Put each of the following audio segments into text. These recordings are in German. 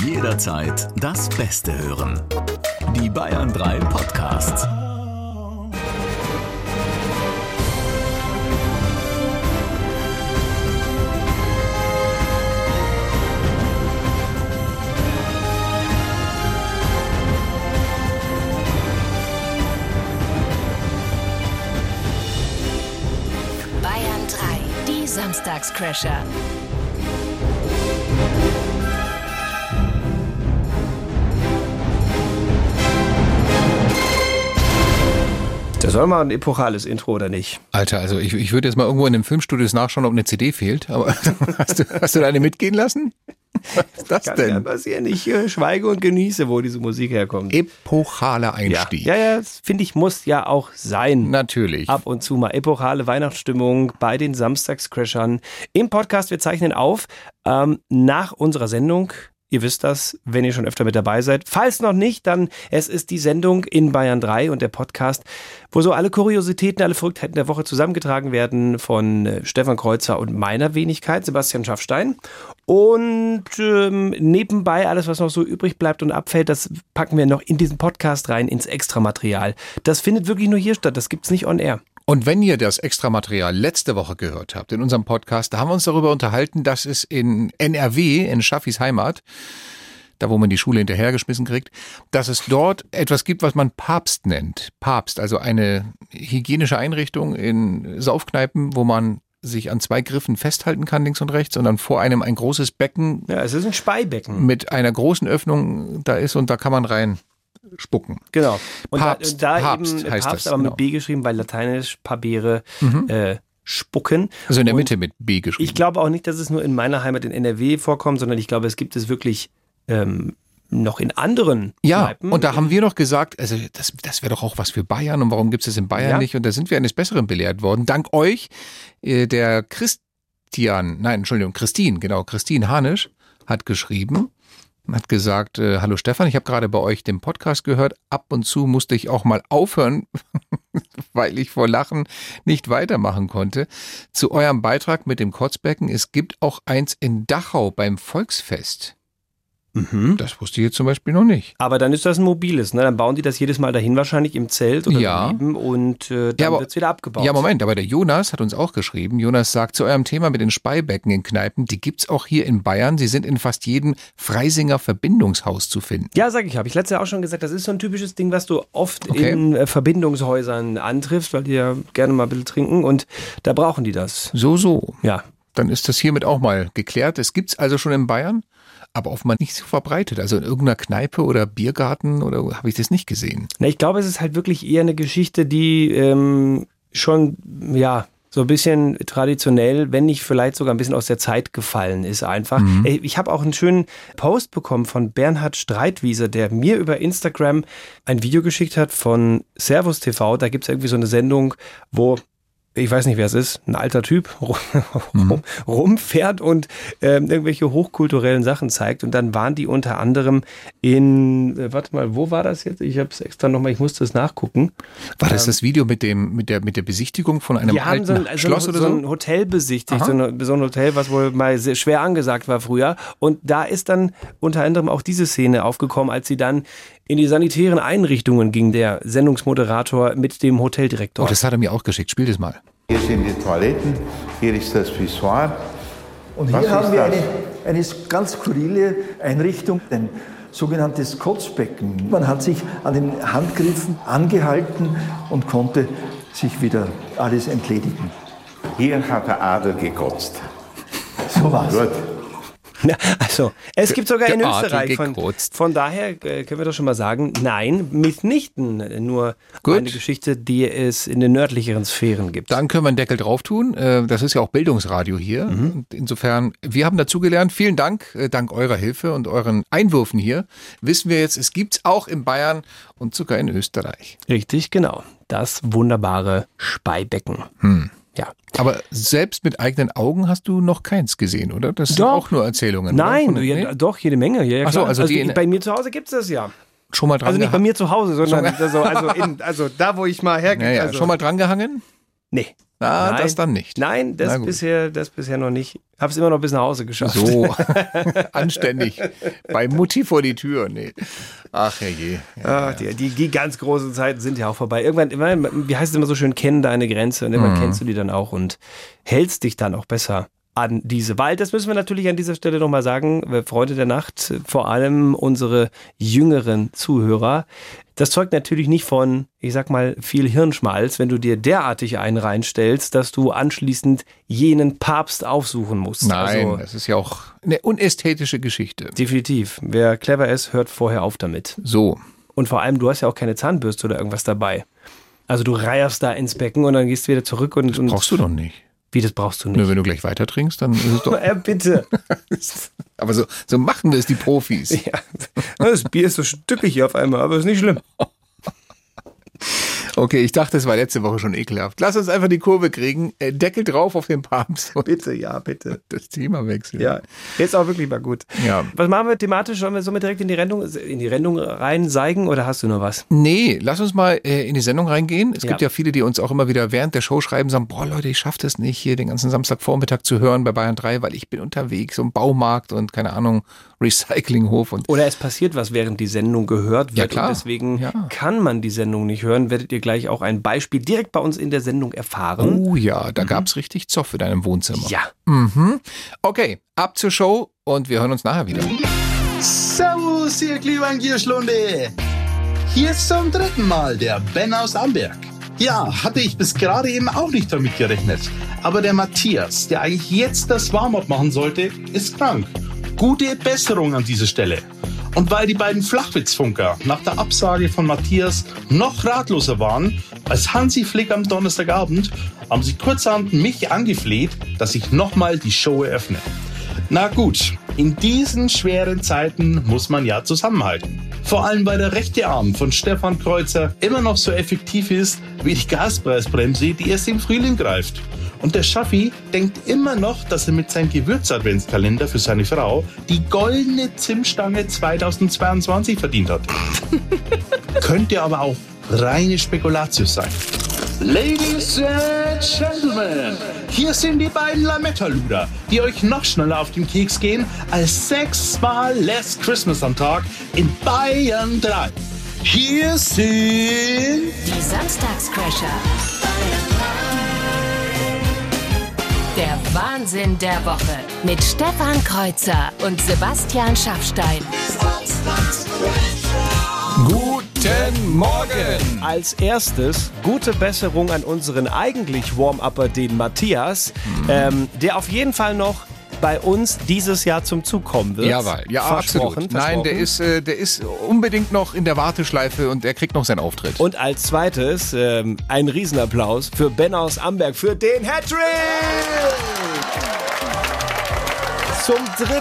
Jederzeit das Beste hören. Die Bayern 3 Podcasts. Bayern 3, die Samstagscrasher. Das soll mal ein epochales Intro, oder nicht? Alter, also ich würde jetzt mal irgendwo in den Filmstudios nachschauen, ob eine CD fehlt. Aber hast du eine mitgehen lassen? Was ist das Kann denn? ja passieren. Ich schweige und genieße, wo diese Musik herkommt. Epochaler Einstieg. Ja, das finde ich, muss ja auch sein. Natürlich. Ab und zu mal epochale Weihnachtsstimmung bei den Samstagscrashern im Podcast. Wir zeichnen auf nach unserer Sendung. Ihr wisst das, wenn ihr schon öfter mit dabei seid. Falls noch nicht, dann es ist die Sendung in Bayern 3 und der Podcast, wo so alle Kuriositäten, alle Verrücktheiten der Woche zusammengetragen werden von Stefan Kreuzer und meiner Wenigkeit, Sebastian Schaffstein. Und nebenbei alles, was noch so übrig bleibt und abfällt, das packen wir noch in diesen Podcast rein, ins Extramaterial. Das findet wirklich nur hier statt, das gibt's nicht on air. Und wenn ihr das Extramaterial letzte Woche gehört habt in unserem Podcast, da haben wir uns darüber unterhalten, dass es in NRW, in Schaffis Heimat, da wo man die Schule hinterhergeschmissen kriegt, dass es dort etwas gibt, was man Papst nennt. Papst, also eine hygienische Einrichtung in Saufkneipen, wo man sich an 2 Griffen festhalten kann, links und rechts, und dann vor einem ein großes Becken. Ja, es ist ein Speibecken. Mit einer großen Öffnung da ist und da kann man rein spucken. Genau. Und Papst, da Papst eben heißt Papst, das, aber genau. mit B geschrieben, weil lateinisch Pabere spucken. Also in der Und Mitte mit B geschrieben. Ich glaube auch nicht, dass es nur in meiner Heimat in NRW vorkommt, sondern ich glaube, es gibt es wirklich noch in anderen Kneipen. Und da haben wir noch gesagt, also das wäre doch auch was für Bayern und warum gibt es das in Bayern nicht? Und da sind wir eines Besseren belehrt worden. Dank euch, der Christine Hanisch hat geschrieben, hat gesagt, hallo Stefan, ich habe gerade bei euch den Podcast gehört, ab und zu musste ich auch mal aufhören, weil ich vor Lachen nicht weitermachen konnte. Zu eurem Beitrag mit dem Kotzbecken, es gibt auch eins in Dachau beim Volksfest. Das wusste ich jetzt zum Beispiel noch nicht. Aber dann ist das ein mobiles, ne? Dann bauen die das jedes Mal dahin wahrscheinlich im Zelt oder daneben und dann wird es wieder abgebaut. Ja, Moment, aber der Jonas hat uns auch geschrieben. Jonas sagt zu eurem Thema mit den Speibecken in Kneipen, die gibt's auch hier in Bayern. Sie sind in fast jedem Freisinger Verbindungshaus zu finden. Ja, habe ich letztes Jahr auch schon gesagt, das ist so ein typisches Ding, was du oft in Verbindungshäusern antriffst, weil die ja gerne mal ein bisschen trinken und da brauchen die das. So. Ja. Dann ist das hiermit auch mal geklärt. Es gibt's also schon in Bayern, aber offenbar nicht so verbreitet. Also in irgendeiner Kneipe oder Biergarten oder habe ich das nicht gesehen. Na, ich glaube, es ist halt wirklich eher eine Geschichte, die schon, so ein bisschen traditionell, wenn nicht vielleicht sogar ein bisschen aus der Zeit gefallen ist einfach. Ich habe auch einen schönen Post bekommen von Bernhard Streitwieser, der mir über Instagram ein Video geschickt hat von Servus TV. Da gibt es irgendwie so eine Sendung, wo ich weiß nicht, wer es ist, ein alter Typ rumfährt und irgendwelche hochkulturellen Sachen zeigt. Und dann waren die unter anderem in, wo war das jetzt? Ich habe es extra nochmal, ich musste es nachgucken. War das das Video mit der Besichtigung von einem alten Schloss oder so? So ein Hotel besichtigt, so ein Hotel, was wohl mal sehr schwer angesagt war früher. Und da ist dann unter anderem auch diese Szene aufgekommen, als sie dann in die sanitären Einrichtungen ging, der Sendungsmoderator mit dem Hoteldirektor. Oh, das hat er mir auch geschickt. Spiel das mal. Hier sind die Toiletten, hier ist das Pissoir. Und hier haben wir eine ganz skurrile Einrichtung, ein sogenanntes Kotzbecken. Man hat sich an den Handgriffen angehalten und konnte sich wieder alles entledigen. Hier hat der Adel gekotzt. So war's. Gut. Ja, also, es gibt sogar in Der Adel Österreich. Von daher können wir doch schon mal sagen, nein, mitnichten nur eine Geschichte, die es in den nördlicheren Sphären gibt. Dann können wir einen Deckel drauf tun. Das ist ja auch Bildungsradio hier. Und insofern, wir haben dazugelernt. Vielen Dank, dank eurer Hilfe und euren Einwürfen hier. Wissen wir jetzt, es gibt's auch in Bayern und sogar in Österreich. Richtig, genau. Das wunderbare Speibecken. Ja. Aber selbst mit eigenen Augen hast du noch keins gesehen, oder? Das sind auch nur Erzählungen. Nein, oder? doch, jede Menge. Ja, Ach so, klar. also bei mir zu Hause gibt es das ja. Schon mal dran Also nicht bei mir zu Hause, sondern also da, wo ich mal hergehe. Schon mal dran gehangen? Nee. Na, das dann nicht. Nein, das bisher noch nicht. Hab's immer noch bis nach Hause geschafft. So, anständig. Bei Mutti vor die Tür. Nee. Ach herrje. Ja. Die ganz großen Zeiten sind ja auch vorbei. Irgendwann, wie heißt es immer so schön, kennen deine Grenze. Und irgendwann kennst du die dann auch und hältst dich dann auch besser an diese. Weil, das müssen wir natürlich an dieser Stelle nochmal sagen, Freunde der Nacht, vor allem unsere jüngeren Zuhörer, das zeugt natürlich nicht von, ich sag mal, viel Hirnschmalz, wenn du dir derartig einen reinstellst, dass du anschließend jenen Papst aufsuchen musst. Nein, das ist ja auch eine unästhetische Geschichte. Definitiv. Wer clever ist, hört vorher auf damit. So. Und vor allem, du hast ja auch keine Zahnbürste oder irgendwas dabei. Also du reierst da ins Becken und dann gehst du wieder zurück und... Das brauchst du doch nicht. Wie, das brauchst du nicht? Nur wenn du gleich weiter trinkst, dann ist es doch... Bitte. Aber so machen wir es, die Profis. Ja, das Bier ist so stückig hier auf einmal, aber ist nicht schlimm. Okay, ich dachte, es war letzte Woche schon ekelhaft. Lass uns einfach die Kurve kriegen. Deckel drauf auf den Papst. Bitte, ja, bitte. Das Thema wechseln. Ja, jetzt auch wirklich mal gut. Ja. Was machen wir thematisch? Sollen wir somit direkt in die Rendung reinseigen oder hast du noch was? Nee, lass uns mal in die Sendung reingehen. Es gibt ja viele, die uns auch immer wieder während der Show schreiben, sagen, boah Leute, ich schaffe das nicht, hier den ganzen Samstagvormittag zu hören bei Bayern 3, weil ich bin unterwegs, im Baumarkt und keine Ahnung, Recyclinghof. Oder es passiert was, während die Sendung gehört wird. Ja, klar. Und deswegen kann man die Sendung nicht hören. Werdet ihr gleich auch ein Beispiel direkt bei uns in der Sendung erfahren. Oh ja, da gab's richtig Zoff in deinem Wohnzimmer. Ja. Mhm. Okay, ab zur Show und wir hören uns nachher wieder. Servus, ihr kleinen Gierschlunde. Hier ist zum 3. Mal der Ben aus Amberg. Ja, hatte ich bis gerade eben auch nicht damit gerechnet. Aber der Matthias, der eigentlich jetzt das Warm-up machen sollte, ist krank. Gute Besserung an dieser Stelle. Und weil die beiden Flachwitzfunker nach der Absage von Matthias noch ratloser waren als Hansi Flick am Donnerstagabend, haben sie kurzerhand mich angefleht, dass ich nochmal die Show eröffne. Na gut, in diesen schweren Zeiten muss man ja zusammenhalten. Vor allem, weil der rechte Arm von Stefan Kreuzer immer noch so effektiv ist wie die Gaspreisbremse, die erst im Frühling greift. Und der Schaffi denkt immer noch, dass er mit seinem Gewürz-Adventskalender für seine Frau die goldene Zimtstange 2022 verdient hat. Könnte aber auch reine Spekulatius sein. Ladies and Gentlemen, hier sind die beiden Lametta-Luder, die euch noch schneller auf den Keks gehen als 6-mal Last Christmas am Tag in Bayern 3. Hier sind die Samstagscrasher. Der Wahnsinn der Woche mit Stefan Kreuzer und Sebastian Schaffstein. Guten Morgen! Als erstes gute Besserung an unseren eigentlich Warm-Upper, den Matthias, der auf jeden Fall noch bei uns dieses Jahr zum Zug kommen wird. Jawohl, ja, absolut. Nein, der ist unbedingt noch in der Warteschleife und er kriegt noch seinen Auftritt. Und als zweites ein Riesenapplaus für Ben aus Amberg für den Hattrick! Zum 3.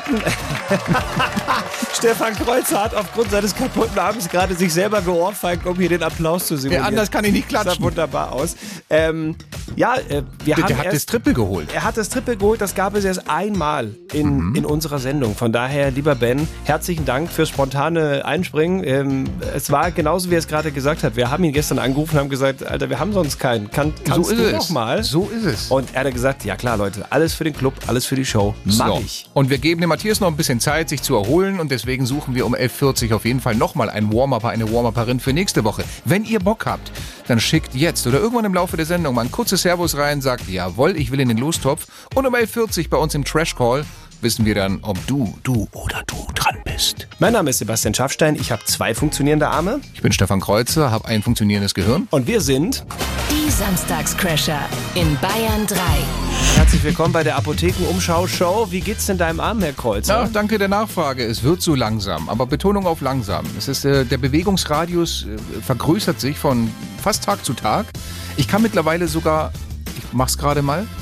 Stefan Kreuzer hat aufgrund seines kaputten Arms gerade sich selber geohrfeigt, um hier den Applaus zu simulieren. Ja, anders kann ich nicht klatschen. Das sah wunderbar aus. Der hat das Triple geholt. Er hat das Triple geholt, das gab es erst einmal in unserer Sendung. Von daher, lieber Ben, herzlichen Dank fürs spontane Einspringen. Es war genauso, wie er es gerade gesagt hat. Wir haben ihn gestern angerufen und haben gesagt, Alter, wir haben sonst keinen. Kannst du noch mal? So ist es. Und er hat gesagt, ja klar, Leute, alles für den Club, alles für die Show. Mach ich. Und wir geben dem Matthias noch ein bisschen Zeit, sich zu erholen und deswegen suchen wir um 11.40 Uhr auf jeden Fall nochmal einen Warm-Upper, eine Warm-Upperin für nächste Woche. Wenn ihr Bock habt, dann schickt jetzt oder irgendwann im Laufe der Sendung mal ein kurzes Servus rein, sagt, jawohl, ich will in den Lostopf und um 11.40 Uhr bei uns im Trash Call wissen wir dann, ob du oder du dran bist. Mein Name ist Sebastian Schaffstein, ich habe 2 funktionierende Arme. Ich bin Stefan Kreuzer, habe ein funktionierendes Gehirn. Und wir sind die Samstagscrasher in Bayern 3. Herzlich willkommen bei der Apotheken-Umschau-Show. Wie geht's denn deinem Arm, Herr Kreuzer? Ja, danke der Nachfrage. Es wird so langsam, aber Betonung auf langsam. Es ist, der Bewegungsradius vergrößert sich von fast Tag zu Tag. Ich kann mittlerweile sogar, ich mach's gerade mal,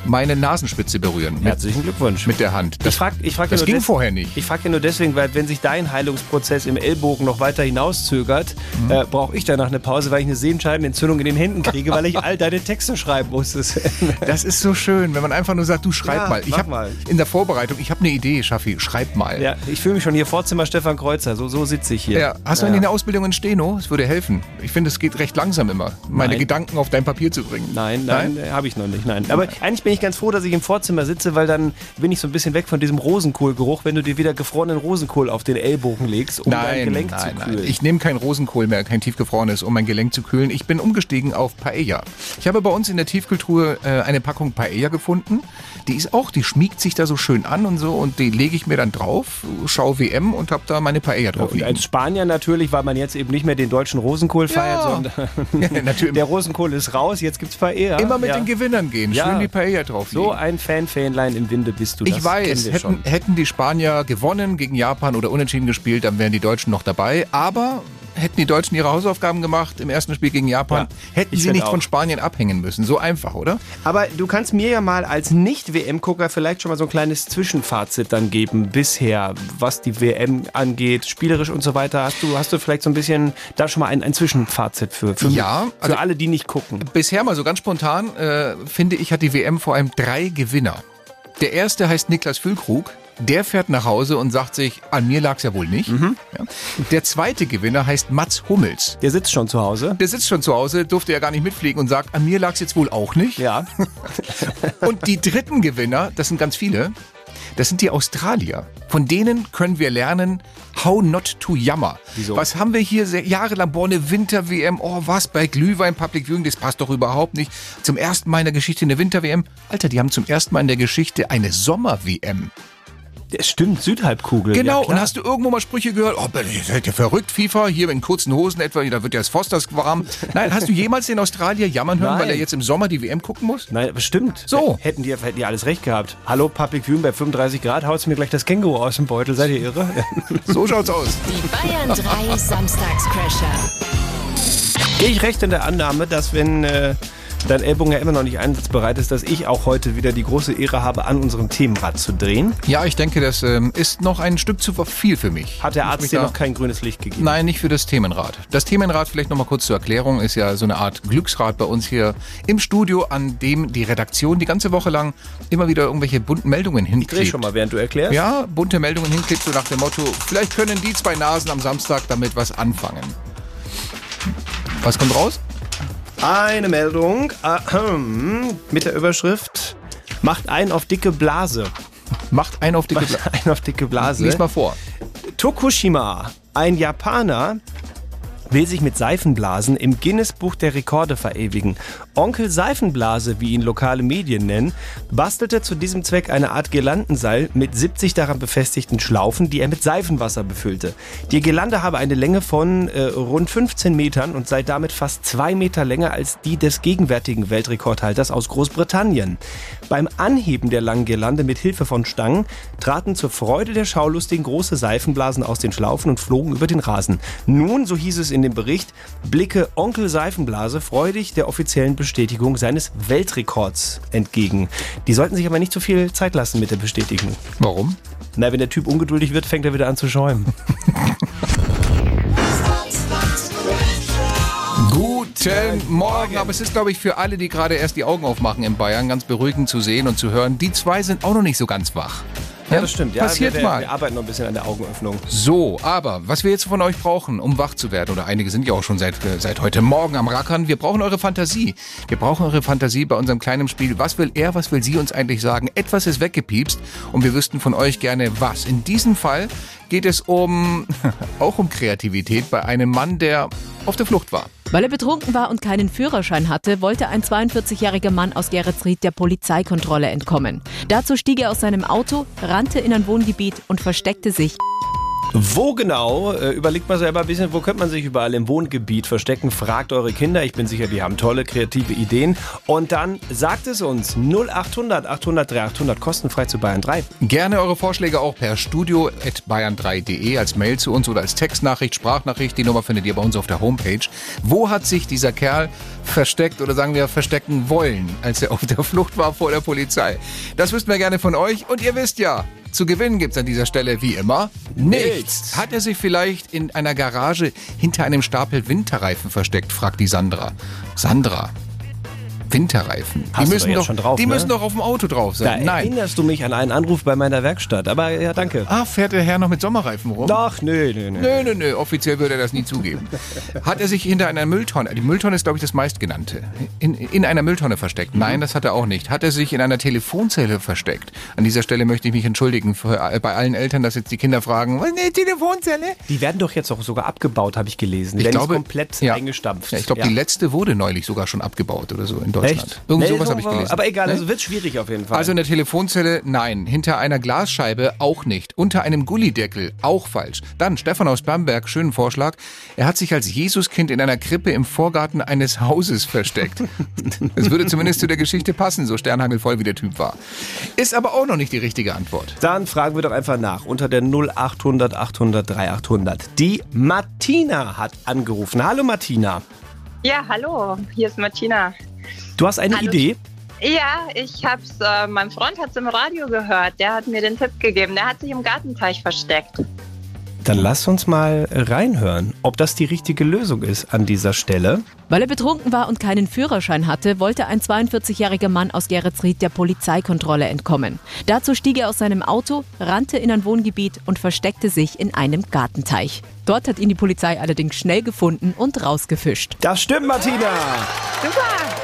meine Nasenspitze berühren. Herzlichen Glückwunsch. Mit der Hand. Das ging vorher nicht. Ich frage ja nur deswegen, weil wenn sich dein Heilungsprozess im Ellbogen noch weiter hinauszögert, brauche ich danach eine Pause, weil ich eine Sehenscheidenentzündung in den Händen kriege, weil ich all deine Texte schreiben muss. Das ist so schön, wenn man einfach nur sagt, du schreib mal. Ich habe in der Vorbereitung, ich habe eine Idee, Schaffi, schreib mal. Ja, ich fühle mich schon hier Vorzimmer Stefan Kreuzer, so sitze ich hier. Ja, hast du eine Ausbildung in Steno? Das würde helfen. Ich finde, es geht recht langsam immer, meine Gedanken auf dein Papier zu bringen. Nein, habe ich noch nicht, nein. Aber eigentlich bin ich ganz froh, dass ich im Vorzimmer sitze, weil dann bin ich so ein bisschen weg von diesem Rosenkohlgeruch, wenn du dir wieder gefrorenen Rosenkohl auf den Ellbogen legst, um dein Gelenk zu kühlen. Ich nehme kein Rosenkohl mehr, kein tiefgefrorenes, um mein Gelenk zu kühlen. Ich bin umgestiegen auf Paella. Ich habe bei uns in der Tiefkühltruhe eine Packung Paella gefunden. Die schmiegt sich da so schön an und so und die lege ich mir dann drauf, schaue WM und habe da meine Paella drauf liegen. Und als Spanier natürlich, weil man jetzt eben nicht mehr den deutschen Rosenkohl feiert, sondern natürlich. Der Rosenkohl ist raus, jetzt gibt's Paella. Immer mit den Gewinnern gehen, schön die Paella drauf liegen. So ein Fähnlein im Winde bist du. Ich weiß, hätten die Spanier gewonnen gegen Japan oder unentschieden gespielt, dann wären die Deutschen noch dabei, aber hätten die Deutschen ihre Hausaufgaben gemacht im ersten Spiel gegen Japan, hätten sie nicht von Spanien abhängen müssen. So einfach, oder? Aber du kannst mir ja mal als Nicht-WM-Gucker vielleicht schon mal so ein kleines Zwischenfazit dann geben bisher, was die WM angeht, spielerisch und so weiter. Hast du vielleicht so ein bisschen da schon mal ein Zwischenfazit für alle, die nicht gucken? Bisher mal so ganz spontan, finde ich, hat die WM vor allem 3 Gewinner. Der erste heißt Niklas Füllkrug. Der fährt nach Hause und sagt sich, an mir lag's ja wohl nicht. Ja. Der zweite Gewinner heißt Mats Hummels. Der sitzt schon zu Hause. Durfte ja gar nicht mitfliegen und sagt, an mir lag's jetzt wohl auch nicht. Ja. Und die dritten Gewinner, das sind ganz viele, das sind die Australier. Von denen können wir lernen, how not to jammer. Wieso? Was haben wir hier jahrelang? Boah, eine Winter-WM. Oh, was? Bei Glühwein, Public Viewing, das passt doch überhaupt nicht. Zum ersten Mal in der Geschichte eine Winter-WM. Alter, die haben zum ersten Mal in der Geschichte eine Sommer-WM. Das stimmt, Südhalbkugel. Genau, ja, und hast du irgendwo mal Sprüche gehört, oh, ihr seid ja verrückt, FIFA, hier in kurzen Hosen etwa, da wird ja das Fosters warm. Nein, hast du jemals den Australier jammern hören, weil er jetzt im Sommer die WM gucken muss? Nein, bestimmt. So. Hätten die alles recht gehabt. Hallo, Public Viewing bei 35 Grad, haut's mir gleich das Känguru aus dem Beutel, seid ihr irre? So schaut's aus. Die Bayern 3 Samstagscrasher. Gehe ich recht in der Annahme, dass wenn dein Ellbogen ja immer noch nicht einsatzbereit ist, dass ich auch heute wieder die große Ehre habe, an unserem Themenrad zu drehen? Ja, ich denke, das ist noch ein Stück zu viel für mich. Hat der Arzt dir noch kein grünes Licht gegeben? Nein, nicht für das Themenrad. Das Themenrad, vielleicht noch mal kurz zur Erklärung, ist ja so eine Art Glücksrad bei uns hier im Studio, an dem die Redaktion die ganze Woche lang immer wieder irgendwelche bunten Meldungen hinklebt. Ich drehe schon mal, während du erklärst. Ja, bunte Meldungen hinklebt, so nach dem Motto, vielleicht können die 2 Nasen am Samstag damit was anfangen. Was kommt raus? Eine Meldung mit der Überschrift Macht einen auf dicke Blase. Macht einen auf dicke Blase. Lies mal vor. Tokushima, ein Japaner, will sich mit Seifenblasen im Guinness-Buch der Rekorde verewigen. Onkel Seifenblase, wie ihn lokale Medien nennen, bastelte zu diesem Zweck eine Art Girlandenseil mit 70 daran befestigten Schlaufen, die er mit Seifenwasser befüllte. Die Girlande habe eine Länge von rund 15 Metern und sei damit fast 2 Meter länger als die des gegenwärtigen Weltrekordhalters aus Großbritannien. Beim Anheben der langen Girlande mit Hilfe von Stangen traten zur Freude der Schaulustigen große Seifenblasen aus den Schlaufen und flogen über den Rasen. Nun, so hieß es in dem Bericht, blicke Onkel Seifenblase freudig der offiziellen Bestätigung seines Weltrekords entgegen. Die sollten sich aber nicht so viel Zeit lassen mit der Bestätigung. Warum? Na, wenn der Typ ungeduldig wird, fängt er wieder an zu schäumen. Guten Morgen, aber es ist, glaube ich, für alle, die gerade erst die Augen aufmachen in Bayern, ganz beruhigend zu sehen und zu hören, die 2 sind auch noch nicht so ganz wach. Ja, das stimmt. Ja, passiert mal. Wir arbeiten noch ein bisschen an der Augenöffnung. So, aber was wir jetzt von euch brauchen, um wach zu werden, oder einige sind ja auch schon seit heute Morgen am Rackern, wir brauchen eure Fantasie. Wir brauchen eure Fantasie bei unserem kleinen Spiel. Was will er, was will sie uns eigentlich sagen? Etwas ist weggepiepst und wir wüssten von euch gerne was. In diesem Fall geht es auch um Kreativität bei einem Mann, der auf der Flucht war. Weil er betrunken war und keinen Führerschein hatte, wollte ein 42-jähriger Mann aus Geretsried der Polizeikontrolle entkommen. Dazu stieg er aus seinem Auto, rannte in ein Wohngebiet und versteckte sich. Wo genau? Überlegt mal selber ein bisschen, wo könnte man sich überall im Wohngebiet verstecken? Fragt eure Kinder, ich bin sicher, die haben tolle, kreative Ideen. Und dann sagt es uns 0800 800 3800 kostenfrei zu Bayern 3. Gerne eure Vorschläge auch per studio@bayern3.de als Mail zu uns oder als Textnachricht, Sprachnachricht. Die Nummer findet ihr bei uns auf der Homepage. Wo hat sich dieser Kerl versteckt oder sagen wir verstecken wollen, als er auf der Flucht war vor der Polizei? Das wüssten wir gerne von euch. Und ihr wisst ja, zu gewinnen gibt's an dieser Stelle wie immer nichts. Hat er sich vielleicht in einer Garage hinter einem Stapel Winterreifen versteckt, fragt die Sandra. Sandra, Winterreifen. Hast du doch jetzt schon drauf, die ne? müssen doch auf dem Auto drauf sein. Da Nein. erinnerst du mich an einen Anruf bei meiner Werkstatt. Aber ja, danke. Fährt der Herr noch mit Sommerreifen rum? Ach, nö. Nö, offiziell würde er das nie zugeben. Hat er sich hinter einer Mülltonne, die Mülltonne ist, glaube ich, das meistgenannte, in einer Mülltonne versteckt? Nein, das hat er auch nicht. Hat er sich in einer Telefonzelle versteckt? An dieser Stelle möchte ich mich entschuldigen bei allen Eltern, dass jetzt die Kinder fragen, was ist eine Telefonzelle? Die werden doch jetzt auch sogar abgebaut, habe ich gelesen. Die werden jetzt komplett eingestampft. Ja, ich glaube, die letzte wurde neulich sogar schon abgebaut oder so in Deutschland. Echt? Sowas habe ich gelesen. Aber egal, also wird schwierig auf jeden Fall. Also in der Telefonzelle, nein. Hinter einer Glasscheibe auch nicht. Unter einem Gullideckel auch falsch. Dann Stefan aus Bamberg, schönen Vorschlag. Er hat sich als Jesuskind in einer Krippe im Vorgarten eines Hauses versteckt. Das würde zumindest zu der Geschichte passen, so sternhagelvoll wie der Typ war. Ist aber auch noch nicht die richtige Antwort. Dann fragen wir doch einfach nach unter der 0800 800 3800. Die Martina hat angerufen. Hallo Martina. Ja, hallo, hier ist Martina. Du hast eine Idee? Ja, ich hab's, mein Freund hat's im Radio gehört, der hat mir den Tipp gegeben, der hat sich im Gartenteich versteckt. Dann lass uns mal reinhören, ob das die richtige Lösung ist an dieser Stelle. Weil er betrunken war und keinen Führerschein hatte, wollte ein 42-jähriger Mann aus Geretsried der Polizeikontrolle entkommen. Dazu stieg er aus seinem Auto, rannte in ein Wohngebiet und versteckte sich in einem Gartenteich. Dort hat ihn die Polizei allerdings schnell gefunden und rausgefischt. Das stimmt, Martina! Super!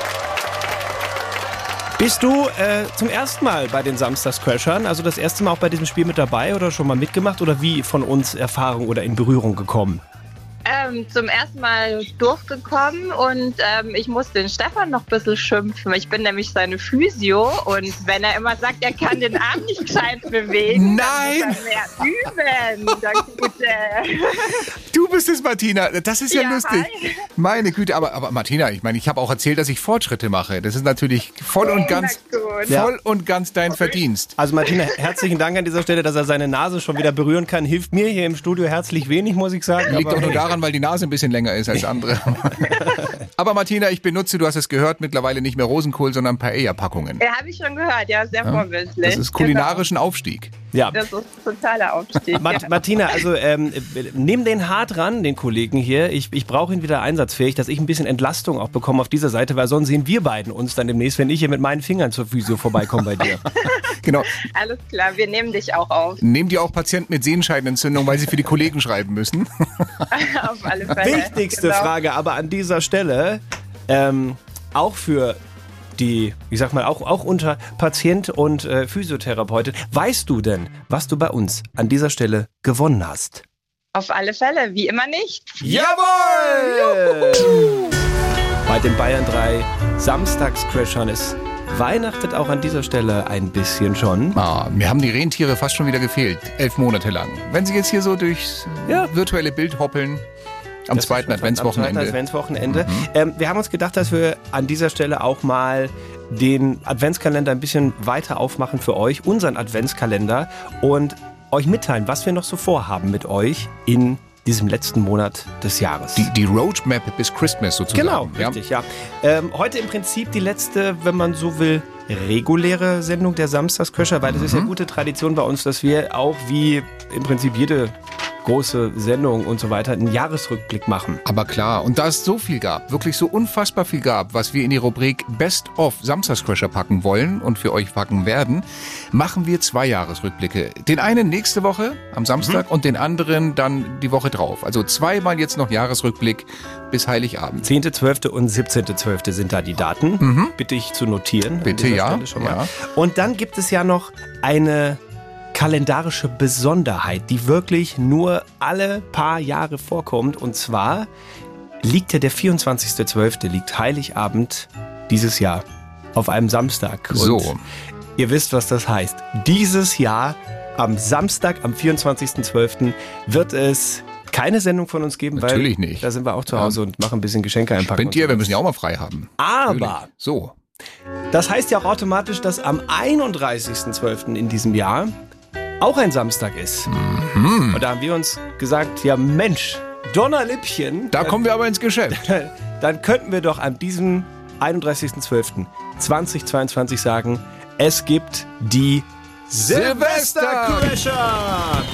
Bist du zum ersten Mal bei den Samstagscrashern, also das erste Mal auch bei diesem Spiel mit dabei oder schon mal mitgemacht oder wie von uns Erfahrung oder in Berührung gekommen? Zum ersten Mal durchgekommen und ich muss den Stefan noch ein bisschen schimpfen. Ich bin nämlich seine Physio und wenn er immer sagt, er kann den Arm nicht gescheit bewegen, Nein! dann muss er mehr üben. Danke, bitte. Du bist es, Martina. Das ist ja lustig. Hi. Meine Güte, aber Martina, ich meine, ich habe auch erzählt, dass ich Fortschritte mache. Das ist natürlich voll und ganz dein Verdienst. Also Martina, herzlichen Dank an dieser Stelle, dass er seine Nase schon wieder berühren kann. Hilft mir hier im Studio herzlich wenig, muss ich sagen. Liegt doch nur daran, weil die Nase ein bisschen länger ist als andere. Aber Martina, ich benutze, du hast es gehört, mittlerweile nicht mehr Rosenkohl, sondern Paella-Packungen. Ja, habe ich schon gehört. Ja, sehr vorbildlich. Das ist kulinarischen Aufstieg. Ja. Das ist ein totaler Aufstieg. Martina, also nimm den hart ran, den Kollegen hier. Ich brauche ihn wieder einsatzfähig, dass ich ein bisschen Entlastung auch bekomme auf dieser Seite, weil sonst sehen wir beiden uns dann demnächst, wenn ich hier mit meinen Fingern zur Physio vorbeikomme bei dir. Genau. Alles klar, wir nehmen dich auch auf. Nehmt ihr auch Patienten mit Sehenscheidenentzündung, weil sie für die Kollegen schreiben müssen? Auf alle Fälle. Wichtigste Frage aber an dieser Stelle, auch für die, ich sag mal, auch unter Patient und Physiotherapeutin. Weißt du denn, was du bei uns an dieser Stelle gewonnen hast? Auf alle Fälle, wie immer nicht. Jawohl! Bei den Bayern 3 Samstagscrashern ist weihnachtet auch an dieser Stelle ein bisschen schon. Mir haben die Rentiere fast schon wieder gefehlt, 11 Monate lang. Wenn sie jetzt hier so durchs virtuelle Bild hoppeln, am zweiten Adventswochenende. Wir haben uns gedacht, dass wir an dieser Stelle auch mal den Adventskalender ein bisschen weiter aufmachen für euch, unseren Adventskalender, und euch mitteilen, was wir noch so vorhaben mit euch in diesem letzten Monat des Jahres. Die Roadmap bis Christmas sozusagen. Genau, richtig, ja. Heute im Prinzip die letzte, wenn man so will, reguläre Sendung der Samstagscrasher, weil das ist ja gute Tradition bei uns, dass wir auch wie im Prinzip jede große Sendung und so weiter einen Jahresrückblick machen. Aber klar, und da es so viel gab, wirklich so unfassbar viel gab, was wir in die Rubrik Best of Samstagscrasher packen wollen und für euch packen werden, machen wir 2 Jahresrückblicke. Den einen nächste Woche am Samstag und den anderen dann die Woche drauf. Also 2-mal jetzt noch Jahresrückblick bis Heiligabend. 10.12. und 17.12. sind da die Daten. Bitte ich zu notieren. Bitte, ja. Schon mal. Ja. Und dann gibt es ja noch eine kalendarische Besonderheit, die wirklich nur alle paar Jahre vorkommt. Und zwar liegt ja der 24.12., liegt Heiligabend dieses Jahr auf einem Samstag. Und so. Ihr wisst, was das heißt. Dieses Jahr am Samstag, am 24.12. wird es keine Sendung von uns geben, Natürlich weil nicht. da sind wir auch zu Hause und machen ein bisschen Geschenke einpacken. Spinnt ihr, wir müssen ja auch mal frei haben. Aber Natürlich. So. das heißt ja auch automatisch, dass am 31.12. in diesem Jahr auch ein Samstag ist. Und da haben wir uns gesagt, ja Mensch, Donnerlippchen. Da kommen wir aber ins Geschäft. Dann könnten wir doch an diesem 31.12.2022 sagen, es gibt die Silvester-Crasher.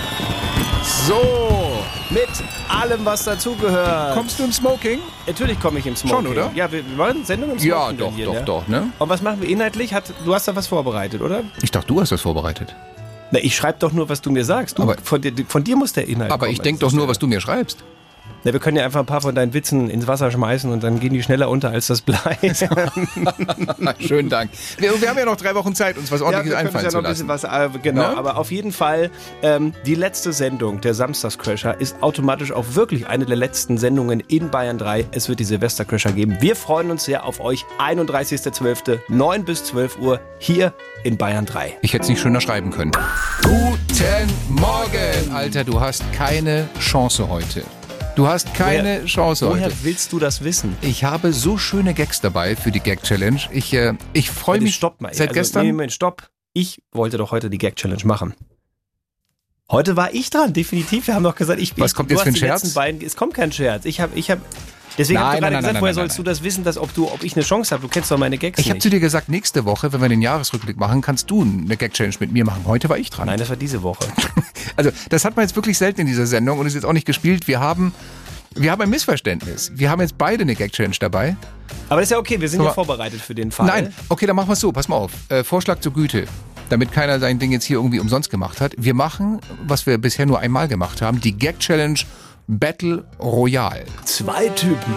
So. Mit allem, was dazugehört. Kommst du im Smoking? Natürlich komme ich im Smoking. Schon, oder? Ja, wir wollen Sendung im Smoking. Ja, doch, hier, doch, ne? doch, ne? Und was machen wir inhaltlich? Du hast da was vorbereitet, oder? Ich dachte, du hast das vorbereitet. Na, ich schreibe doch nur, was du mir sagst. Aber von dir muss der Inhalt Aber kommen. ich denke doch nur, was du mir schreibst. Na, wir können ja einfach ein paar von deinen Witzen ins Wasser schmeißen und dann gehen die schneller unter als das Blei. Schönen Dank. Wir haben ja noch 3 Wochen Zeit, uns was Ordentliches einfallen zu lassen. Genau, Ne? aber auf jeden Fall die letzte Sendung, der Samstagscrasher, ist automatisch auch wirklich eine der letzten Sendungen in Bayern 3. Es wird die Silvestercrasher geben. Wir freuen uns sehr auf euch. 31.12., 9 bis 12 Uhr hier in Bayern 3. Ich hätte es nicht schöner schreiben können. Guten Morgen, Alter, du hast keine Chance heute. Du hast keine Chance Woher heute. willst du das wissen? Ich habe so schöne Gags dabei für die Gag-Challenge. Ich freue mich Stopp mal. seit gestern. Nee, Moment, stopp. Ich wollte doch heute die Gag-Challenge machen. Heute war ich dran, definitiv. Wir haben doch gesagt, Was kommt jetzt für ein Scherz? Es kommt kein Scherz. Deswegen habe ich gerade gesagt, woher sollst du das wissen, ob ich eine Chance habe? Du kennst doch meine Gags Ich habe nicht. zu dir gesagt, nächste Woche, wenn wir den Jahresrückblick machen, kannst du eine Gag-Challenge mit mir machen. Heute war ich dran. Nein, das war diese Woche. Also, das hat man jetzt wirklich selten in dieser Sendung und ist jetzt auch nicht gespielt. Wir haben ein Missverständnis. Wir haben jetzt beide eine Gag-Challenge dabei. Aber das ist ja okay, wir sind So, ja vorbereitet für den Fall. Nein, okay, dann machen wir es so. Pass mal auf. Vorschlag zur Güte. Damit keiner sein Ding jetzt hier irgendwie umsonst gemacht hat. Wir machen, was wir bisher nur einmal gemacht haben, die Gag-Challenge Battle Royale. 2 Typen.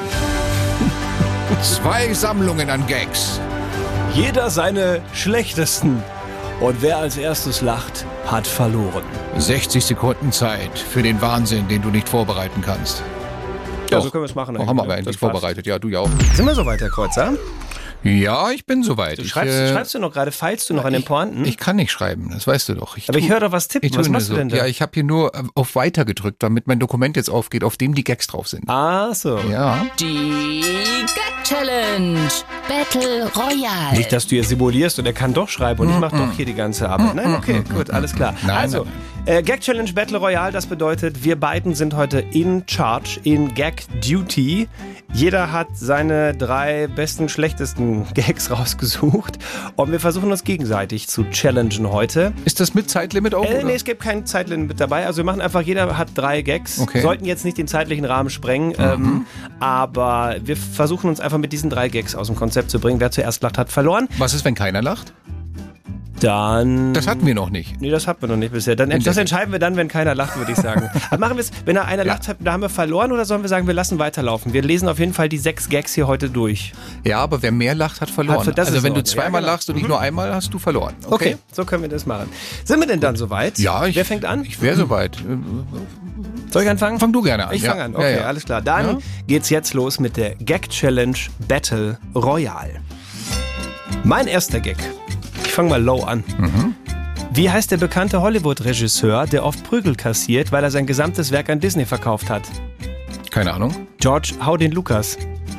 2 Sammlungen an Gags. Jeder seine schlechtesten. Und wer als erstes lacht, hat verloren. 60 Sekunden Zeit für den Wahnsinn, den du nicht vorbereiten kannst. Ja, Doch. so können wir es machen. Haben wir aber Das endlich passt. vorbereitet. Ja, du ja auch. Sind wir soweit, Herr Kreuzer? Ja, ich bin soweit. Schreibst du noch gerade, feilst du noch an den Pointen? Ich kann nicht schreiben, das weißt du doch. Aber ich höre doch was tippen. Was machst du denn da? Ja, ich habe hier nur auf Weiter gedrückt, damit mein Dokument jetzt aufgeht, auf dem die Gags drauf sind. Ah, so. Ja. Die Gag-Challenge Battle Royale. Nicht, dass du hier simulierst und er kann doch schreiben und ich mache doch hier die ganze Arbeit. Nein, okay, gut, alles klar. Nein, Also, Gag Challenge Battle Royale, das bedeutet, wir beiden sind heute in Charge, in Gag Duty. Jeder hat seine 3 besten, schlechtesten Gags rausgesucht und wir versuchen uns gegenseitig zu challengen heute. Ist das mit Zeitlimit auch? Nee, es gibt kein Zeitlimit dabei. Also wir machen einfach, jeder hat 3 Gags. Okay. Sollten jetzt nicht den zeitlichen Rahmen sprengen, aber wir versuchen uns einfach mit diesen 3 Gags aus dem Konzept zu bringen. Wer zuerst lacht, hat verloren. Was ist, wenn keiner lacht? Dann... Das hatten wir noch nicht. Nee, das hatten wir noch nicht bisher. Das entscheiden wir dann, wenn keiner lacht, würde ich sagen. Aber machen wir es, wenn einer lacht, da haben wir verloren, oder sollen wir sagen, wir lassen weiterlaufen? Wir lesen auf jeden Fall die 6 Gags hier heute durch. Ja, aber wer mehr lacht, hat verloren. Das Also ist wenn so. du zweimal Ja, genau. lachst und nicht nur einmal, hast du verloren. Okay, so können wir das machen. Sind wir denn dann soweit? Ja, Wer fängt an? Ich wäre soweit. Soll ich anfangen? Fang du gerne an. Ich fange an, okay, Ja. alles klar. Dann geht's jetzt los mit der Gag-Challenge Battle Royale. Mein erster Gag. Ich fange mal low an. Wie heißt der bekannte Hollywood-Regisseur, der oft Prügel kassiert, weil er sein gesamtes Werk an Disney verkauft hat? Keine Ahnung. George Howden Lucas.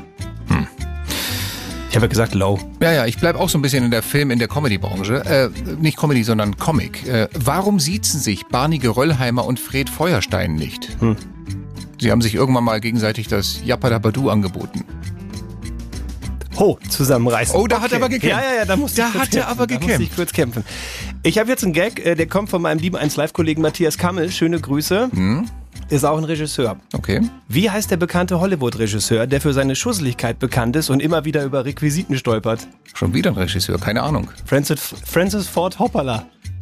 Ich habe gesagt low. Ja, ich bleibe auch so ein bisschen in der Comedy-Branche. Nicht Comedy, sondern Comic. Warum siezen sich Barney Geröllheimer und Fred Feuerstein nicht? Sie haben sich irgendwann mal gegenseitig das Yappadabadu angeboten. Zusammenreißen. Oh, da hat er aber gekämpft. Ja, da musste ich kurz kämpfen. Da musste ich kurz kämpfen. Ich habe jetzt einen Gag, der kommt von meinem lieben 1Live-Kollegen Matthias Kammel. Schöne Grüße. Ist auch ein Regisseur. Okay. Wie heißt der bekannte Hollywood-Regisseur, der für seine Schusseligkeit bekannt ist und immer wieder über Requisiten stolpert? Schon wieder ein Regisseur, keine Ahnung. Francis Ford Coppola.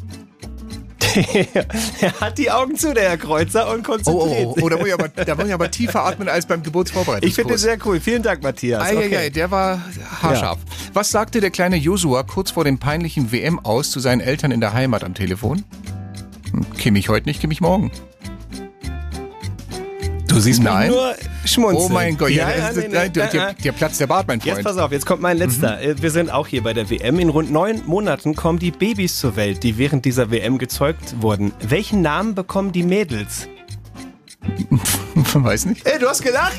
Er hat die Augen zu, der Herr Kreuzer, und konzentriert sich. Da muss ich aber tiefer atmen als beim Geburtsvorbereitungskurs. Ich finde das sehr cool. Vielen Dank, Matthias. Okay. Der war haarscharf. Ja. Was sagte der kleine Joshua kurz vor dem peinlichen WM aus zu seinen Eltern in der Heimat am Telefon? Kimm ich heute nicht, kimm ich morgen. Du siehst Nein. nur schmunzeln. Oh mein Gott, der Platz der Bart, mein Freund. Jetzt pass auf, jetzt kommt mein letzter. Wir sind auch hier bei der WM. In rund 9 Monaten kommen die Babys zur Welt, die während dieser WM gezeugt wurden. Welchen Namen bekommen die Mädels? Weiß nicht. Ey, du hast gelacht?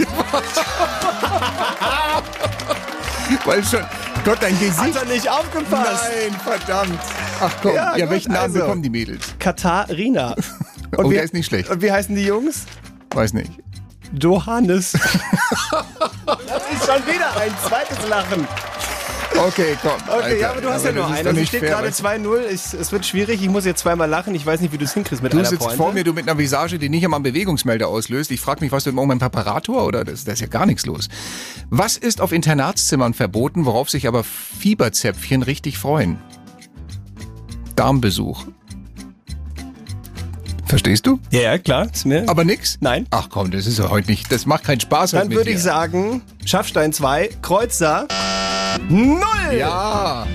Weil schon, Gott, dein Gesicht. Hat er nicht aufgepasst? Nein, verdammt. Ach komm, ja, welchen Namen bekommen die Mädels? Katharina. Und der ist nicht schlecht. Und wie heißen die Jungs? Weiß nicht. Johannes. Das ist schon wieder ein zweites Lachen. Okay, komm. Okay, Alter, ja, aber du hast ja nur einen. Also es steht gerade 2-0. Es wird schwierig. Ich muss jetzt zweimal lachen. Ich weiß nicht, wie du es hinkriegst mit einer Pointe. Du sitzt vor mir, du mit einer Visage, die nicht einmal einen Bewegungsmelder auslöst. Ich frage mich, was du im Moment Präparator oder da ist ja gar nichts los. Was ist auf Internatszimmern verboten, worauf sich aber Fieberzäpfchen richtig freuen? Darmbesuch. Verstehst du? Ja, klar. Ist mir. Aber nix? Nein. Ach komm, das ist ja heute nicht, das macht keinen Spaß. Dann würde ich sagen, Schaffstein 2, Kreuzer 0. Ja.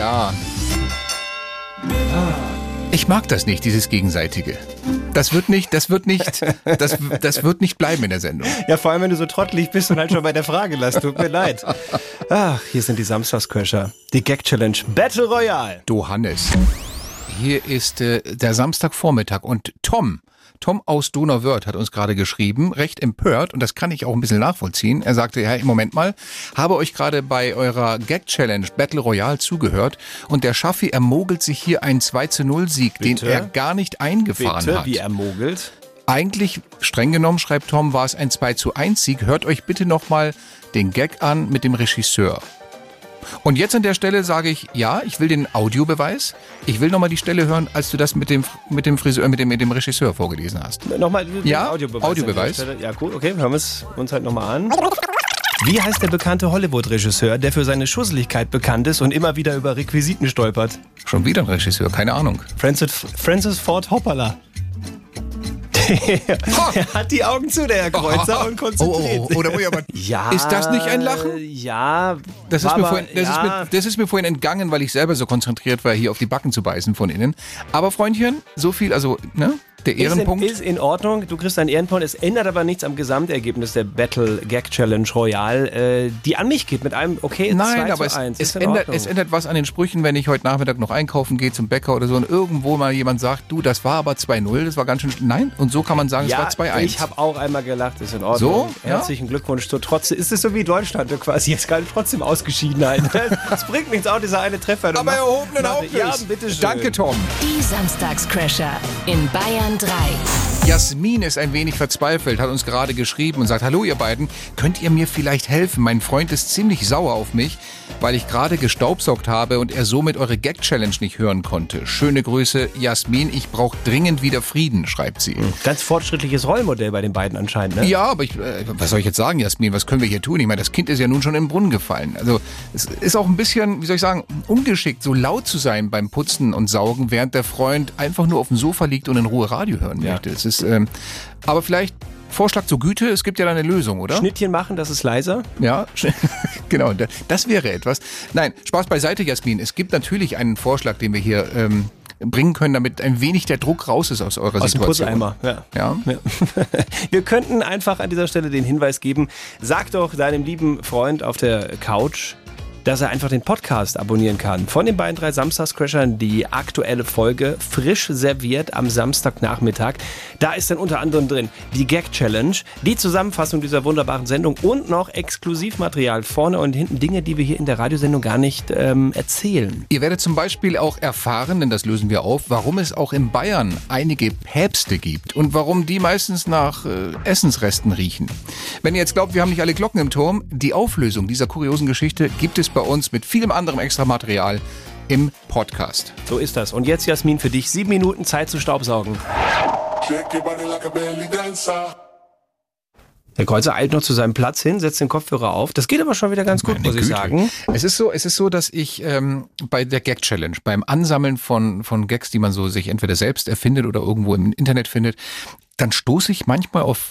Ich mag das nicht, dieses Gegenseitige. Das wird nicht bleiben in der Sendung. Ja, vor allem, wenn du so trottelig bist und halt schon bei der Frage lässt. Tut mir leid. Ach, hier sind die Samstagscrasher. Die Gag-Challenge Battle Royale. Du Hannes. Hier ist der Samstagvormittag und Tom aus Donauwörth hat uns gerade geschrieben, recht empört, und das kann ich auch ein bisschen nachvollziehen. Er sagte, ja, Moment mal, habe euch gerade bei eurer Gag-Challenge Battle Royale zugehört und der Schaffi ermogelt sich hier einen 2-0-Sieg, den er gar nicht eingefahren hat. Wie ermogelt? Eigentlich, streng genommen, schreibt Tom, war es ein 2-1-Sieg. Hört euch bitte nochmal den Gag an mit dem Regisseur. Und jetzt an der Stelle sage ich, ja, ich will den Audiobeweis. Ich will nochmal die Stelle hören, als du das mit dem Regisseur vorgelesen hast. Nochmal ja, Audiobeweis. Ja, gut, okay, hören wir es uns halt nochmal an. Wie heißt der bekannte Hollywood-Regisseur, der für seine Schusseligkeit bekannt ist und immer wieder über Requisiten stolpert? Schon wieder ein Regisseur, keine Ahnung. Francis Ford Coppola. Er hat die Augen zu, der Herr Kreuzer, und konzentriert. Ja, ist das nicht ein Lachen? Ja. Das ist mir vorhin entgangen, weil ich selber so konzentriert war, hier auf die Backen zu beißen von innen. Aber Freundchen, so viel, also, ne? Der Ehrenpunkt. Ist in Ordnung, du kriegst einen Ehrenpunkt. Es ändert aber nichts am Gesamtergebnis der Battle Gag Challenge Royale, die an mich geht mit einem, okay, nein, aber es ändert was an den Sprüchen, wenn ich heute Nachmittag noch einkaufen gehe zum Bäcker oder so und irgendwo mal jemand sagt, du, das war aber 2-0, das war ganz schön, nein, und so kann man sagen, ja, es war 2-1. Ich habe auch einmal gelacht, ist in Ordnung. So? Herzlichen Glückwunsch zur trotzdem. Ist es so wie Deutschland quasi, jetzt gerade trotzdem Ausgeschiedenheit. Es bringt nichts, auch dieser eine Treffer. Aber erhobenen Hauptes. Ja, bitteschön. Danke, Tom. Die Samstagscrasher in Bayern 3. Jasmin ist ein wenig verzweifelt, hat uns gerade geschrieben und sagt, hallo ihr beiden, könnt ihr mir vielleicht helfen? Mein Freund ist ziemlich sauer auf mich, weil ich gerade gestaubsaugt habe und er somit eure Gag-Challenge nicht hören konnte. Schöne Grüße, Jasmin, ich brauche dringend wieder Frieden, schreibt sie. Ganz fortschrittliches Rollmodell bei den beiden anscheinend, ne? Ja, aber was soll ich jetzt sagen, Jasmin, was können wir hier tun? Ich meine, das Kind ist ja nun schon in den Brunnen gefallen. Also es ist auch ein bisschen, wie soll ich sagen, ungeschickt, so laut zu sein beim Putzen und Saugen, während der Freund einfach nur auf dem Sofa liegt und in Ruhe Radio hören möchte. Es ist, aber vielleicht Vorschlag zur Güte, es gibt ja da eine Lösung, oder? Schnittchen machen, das ist leiser. Ja, genau, das wäre etwas. Nein, Spaß beiseite, Jasmin. Es gibt natürlich einen Vorschlag, den wir hier bringen können, damit ein wenig der Druck raus ist aus eurer Situation. Aus dem Putzeimer, ja. Wir könnten einfach an dieser Stelle den Hinweis geben, sag doch deinem lieben Freund auf der Couch, dass er einfach den Podcast abonnieren kann. Von den beiden 3 Samstagscrashern die aktuelle Folge frisch serviert am Samstagnachmittag. Da ist dann unter anderem drin die Gag-Challenge, die Zusammenfassung dieser wunderbaren Sendung und noch Exklusivmaterial vorne und hinten, Dinge, die wir hier in der Radiosendung gar nicht erzählen. Ihr werdet zum Beispiel auch erfahren, denn das lösen wir auf, warum es auch in Bayern einige Päpste gibt und warum die meistens nach Essensresten riechen. Wenn ihr jetzt glaubt, wir haben nicht alle Glocken im Turm, die Auflösung dieser kuriosen Geschichte gibt es bei uns mit vielem anderem Extramaterial im Podcast. So ist das. Und jetzt, Jasmin, für dich 7 Minuten Zeit zu staubsaugen. Der Kreuzer eilt noch zu seinem Platz hin, setzt den Kopfhörer auf. Das geht aber schon wieder ganz gut, muss ich sagen. Es ist so, dass ich bei der Gag-Challenge, beim Ansammeln von Gags, die man so sich entweder selbst erfindet oder irgendwo im Internet findet, dann stoße ich manchmal auf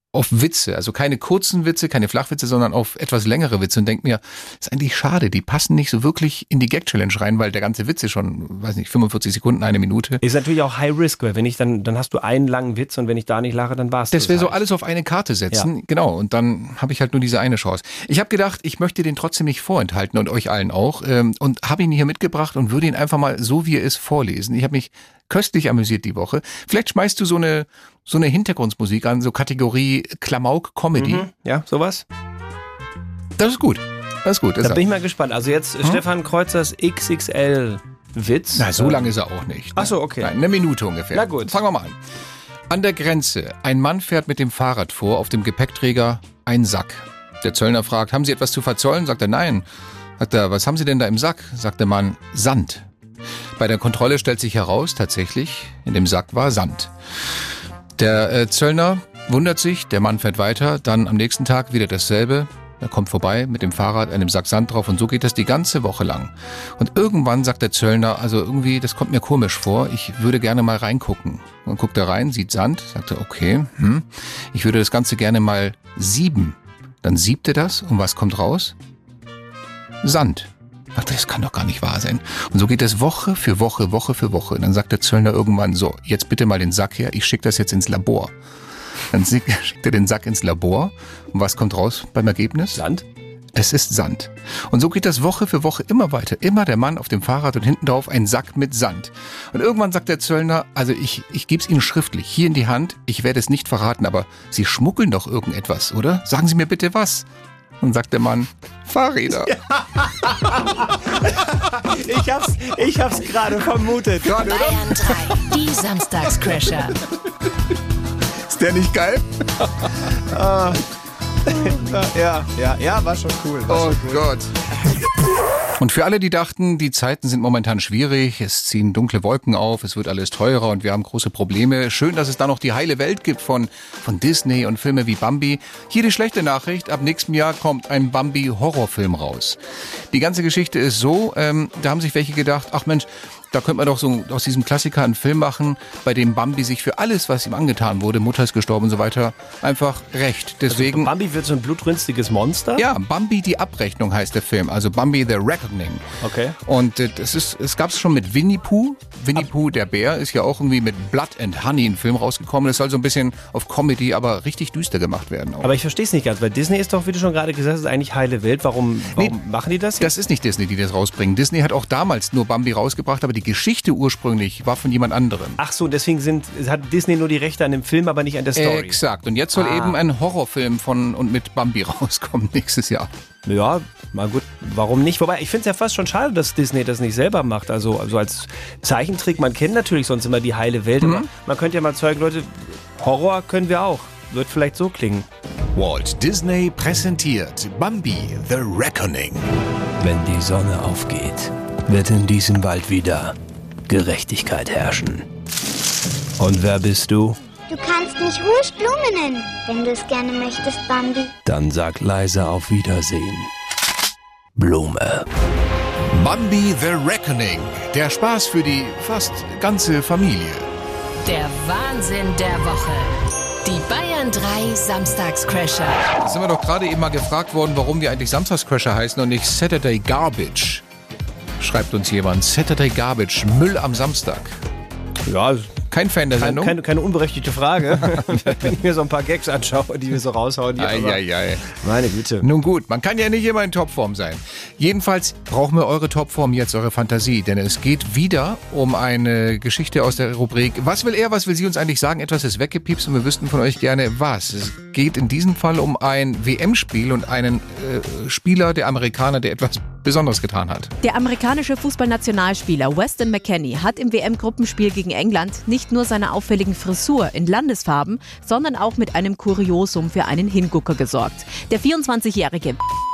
auf Witze, also keine kurzen Witze, keine Flachwitze, sondern auf etwas längere Witze und denke mir, das ist eigentlich schade, die passen nicht so wirklich in die Gag-Challenge rein, weil der ganze Witz ist schon, weiß nicht, 45 Sekunden, 1 Minute. Ist natürlich auch High Risk, weil wenn ich dann hast du einen langen Witz und wenn ich da nicht lache, dann war's das. Das wäre halt. so alles auf eine Karte setzen, genau, und dann habe ich halt nur diese eine Chance. Ich habe gedacht, ich möchte den trotzdem nicht vorenthalten und euch allen auch und habe ihn hier mitgebracht und würde ihn einfach mal so, wie er ist, vorlesen. Ich habe mich köstlich amüsiert die Woche. Vielleicht schmeißt du so eine Hintergrundmusik an, so Kategorie Klamauk-Comedy. Ja, sowas? Das ist gut. Da bin ich mal gespannt. Also jetzt Stefan Kreuzers XXL-Witz. Na, so lang ist er auch nicht. Ach so, okay. Nein, 1 Minute ungefähr. Na gut. Fangen wir mal an. An der Grenze. Ein Mann fährt mit dem Fahrrad vor, auf dem Gepäckträger ein Sack. Der Zöllner fragt, haben Sie etwas zu verzollen? Sagt er, nein. Sagt er, was haben Sie denn da im Sack? Sagt der Mann, Sand. Bei der Kontrolle stellt sich heraus, tatsächlich, in dem Sack war Sand. Der Zöllner wundert sich, der Mann fährt weiter, dann am nächsten Tag wieder dasselbe. Er kommt vorbei mit dem Fahrrad, einem Sack Sand drauf und so geht das die ganze Woche lang. Und irgendwann sagt der Zöllner, also irgendwie, das kommt mir komisch vor, ich würde gerne mal reingucken. Und guckt er rein, sieht Sand, sagt er, okay, ich würde das Ganze gerne mal sieben. Dann siebt er das und was kommt raus? Sand. Sagt er, das kann doch gar nicht wahr sein. Und so geht es Woche für Woche, Woche für Woche. Und dann sagt der Zöllner irgendwann so, jetzt bitte mal den Sack her, ich schicke das jetzt ins Labor. Dann schickt er den Sack ins Labor. Und was kommt raus beim Ergebnis? Sand? Es ist Sand. Und so geht das Woche für Woche immer weiter. Immer der Mann auf dem Fahrrad und hinten drauf ein Sack mit Sand. Und irgendwann sagt der Zöllner, also ich gebe es Ihnen schriftlich, hier in die Hand, ich werde es nicht verraten, aber Sie schmuggeln doch irgendetwas, oder? Sagen Sie mir bitte was. Und sagt der Mann, Fahrräder. Ja. Ich hab's gerade vermutet. Bayern 3, die Samstagscrasher. Ist der nicht geil? Ja, war schon cool. Gott. Und für alle, die dachten, die Zeiten sind momentan schwierig, es ziehen dunkle Wolken auf, es wird alles teurer und wir haben große Probleme. Schön, dass es da noch die heile Welt gibt von Disney und Filme wie Bambi. Hier die schlechte Nachricht, ab nächstem Jahr kommt ein Bambi-Horrorfilm raus. Die ganze Geschichte ist so, da haben sich welche gedacht, ach Mensch, da könnte man doch so aus diesem Klassiker einen Film machen, bei dem Bambi sich für alles, was ihm angetan wurde, Mutter ist gestorben und so weiter, einfach rächt. Deswegen, also Bambi wird so ein blutrünstiges Monster? Ja, Bambi die Abrechnung heißt der Film, also Bambi the Reckoning. Okay. Und es gab es schon mit Winnie Pooh. Winnie Pooh, der Bär, ist ja auch irgendwie mit Blood and Honey ein Film rausgekommen. Das soll so ein bisschen auf Comedy, aber richtig düster gemacht werden. Auch. Aber ich verstehe es nicht ganz, weil Disney ist doch, wie du schon gerade gesagt hast, eigentlich heile Welt. Warum machen die das jetzt? Das ist nicht Disney, die das rausbringen. Disney hat auch damals nur Bambi rausgebracht, aber die Geschichte ursprünglich war von jemand anderem. Ach so, deswegen hat Disney nur die Rechte an dem Film, aber nicht an der Story. Exakt. Und jetzt soll eben ein Horrorfilm von und mit Bambi rauskommen nächstes Jahr. Ja, mal gut, warum nicht? Wobei, ich finde es ja fast schon schade, dass Disney das nicht selber macht. Also als Zeichentrick, man kennt natürlich sonst immer die heile Welt, aber man könnte ja mal zeigen, Leute, Horror können wir auch. Wird vielleicht so klingen. Walt Disney präsentiert Bambi The Reckoning. Wenn die Sonne aufgeht, wird in diesem Wald wieder Gerechtigkeit herrschen. Und wer bist du? Du kannst mich ruhig Blume nennen, wenn du es gerne möchtest, Bambi. Dann sag leise auf Wiedersehen. Blume. Bambi The Reckoning. Der Spaß für die fast ganze Familie. Der Wahnsinn der Woche. Die Bayern 3 Samstagscrasher. Da sind wir doch gerade eben mal gefragt worden, warum wir eigentlich Samstagscrasher heißen und nicht Saturday Garbage. Schreibt uns jemand. Saturday Garbage, Müll am Samstag. Ja, kein Fan der Sendung? Keine unberechtigte Frage. Wenn ich mir so ein paar Gags anschaue, die wir so raushauen. Meine Güte. Nun gut, man kann ja nicht immer in Topform sein. Jedenfalls brauchen wir eure Topform jetzt, eure Fantasie. Denn es geht wieder um eine Geschichte aus der Rubrik Was will er, was will sie uns eigentlich sagen? Etwas ist weggepiepst und wir wüssten von euch gerne was. Es geht in diesem Fall um ein WM-Spiel und einen Spieler, der Amerikaner, der etwas Besonderes getan hat. Der amerikanische Fußballnationalspieler Weston McKennie hat im WM-Gruppenspiel gegen England nicht nur seiner auffälligen Frisur in sondern auch mit einem Kuriosum für einen Hingucker gesorgt. Der 24-jährige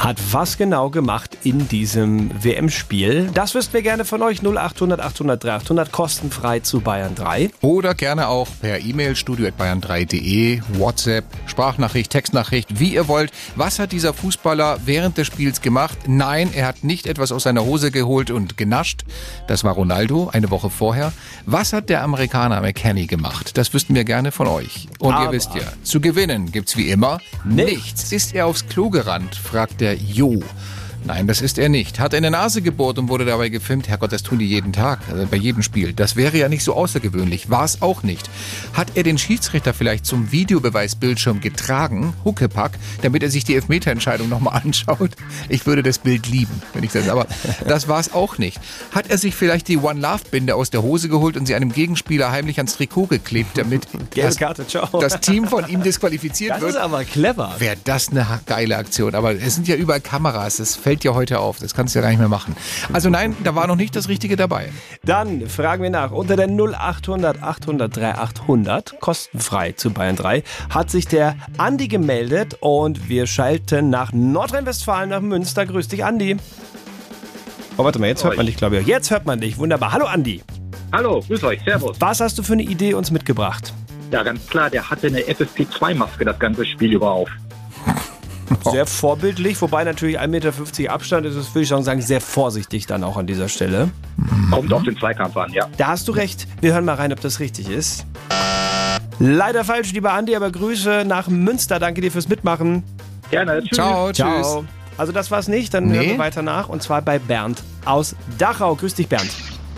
hat was genau gemacht in diesem WM-Spiel? Das wüssten wir gerne von euch. 0800 800 3800, kostenfrei zu Bayern 3. Oder gerne auch per E-Mail studio@bayern3.de, WhatsApp, Sprachnachricht, Textnachricht, wie ihr wollt. Was hat dieser Fußballer während des Spiels gemacht? Nein, er hat nicht etwas aus seiner Hose geholt und genascht. Das war Ronaldo eine Woche vorher. Was hat der Amerikaner McKennie gemacht? Das wüssten wir gerne von euch. Und ihr wisst ja, zu gewinnen gibt's wie immer nichts. Ist er aufs Klo gerannt? Fragt der Jo. Nein, das ist er nicht. Hat er in der Nase gebohrt und wurde dabei gefilmt? Herrgott, das tun die jeden Tag, also bei jedem Spiel. Das wäre ja nicht so außergewöhnlich. War es auch nicht. Hat er den Schiedsrichter vielleicht zum Videobeweisbildschirm getragen, Huckepack, damit er sich die Elfmeterentscheidung nochmal anschaut? Ich würde das Bild lieben, wenn ich das, aber das war es auch nicht. Hat er sich vielleicht die One-Love-Binde aus der Hose geholt und sie einem Gegenspieler heimlich ans Trikot geklebt, damit das Team von ihm disqualifiziert wird? Das ist aber clever. Wäre das eine geile Aktion. Aber es sind ja überall Kameras, das fällt ja heute auf. Das kannst du ja gar nicht mehr machen. Also nein, da war noch nicht das Richtige dabei. Dann fragen wir nach. Unter der 0800 800 3800, kostenfrei zu Bayern 3, hat sich der Andi gemeldet und wir schalten nach Nordrhein-Westfalen, nach Münster. Grüß dich, Andi. Oh, warte mal, jetzt hört man dich, glaube ich. Jetzt hört man dich. Wunderbar. Hallo, Andi. Hallo, grüß euch. Servus. Was hast du für eine Idee uns mitgebracht? Ja, ganz klar, der hatte eine FFP2-Maske das ganze Spiel über auf. Sehr vorbildlich, wobei natürlich 1,50 Meter Abstand ist, das würde ich sagen, sehr vorsichtig dann auch an dieser Stelle. Kommt auf den Zweikampf an, ja. Da hast du recht. Wir hören mal rein, ob das richtig ist. Leider falsch, lieber Andi, aber Grüße nach Münster. Danke dir fürs Mitmachen. Gerne, tschüss. Ciao, Ciao. tschüss. Also das war's nicht, dann hören wir weiter nach. Und zwar bei Bernd aus Dachau. Grüß dich, Bernd.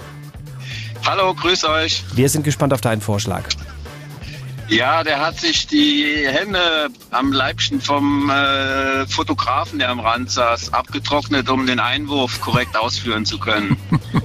Hallo, grüß euch. Wir sind gespannt auf deinen Vorschlag. Ja, der hat sich die Hände am Leibchen vom Fotografen, der am Rand saß, abgetrocknet, um den Einwurf korrekt ausführen zu können.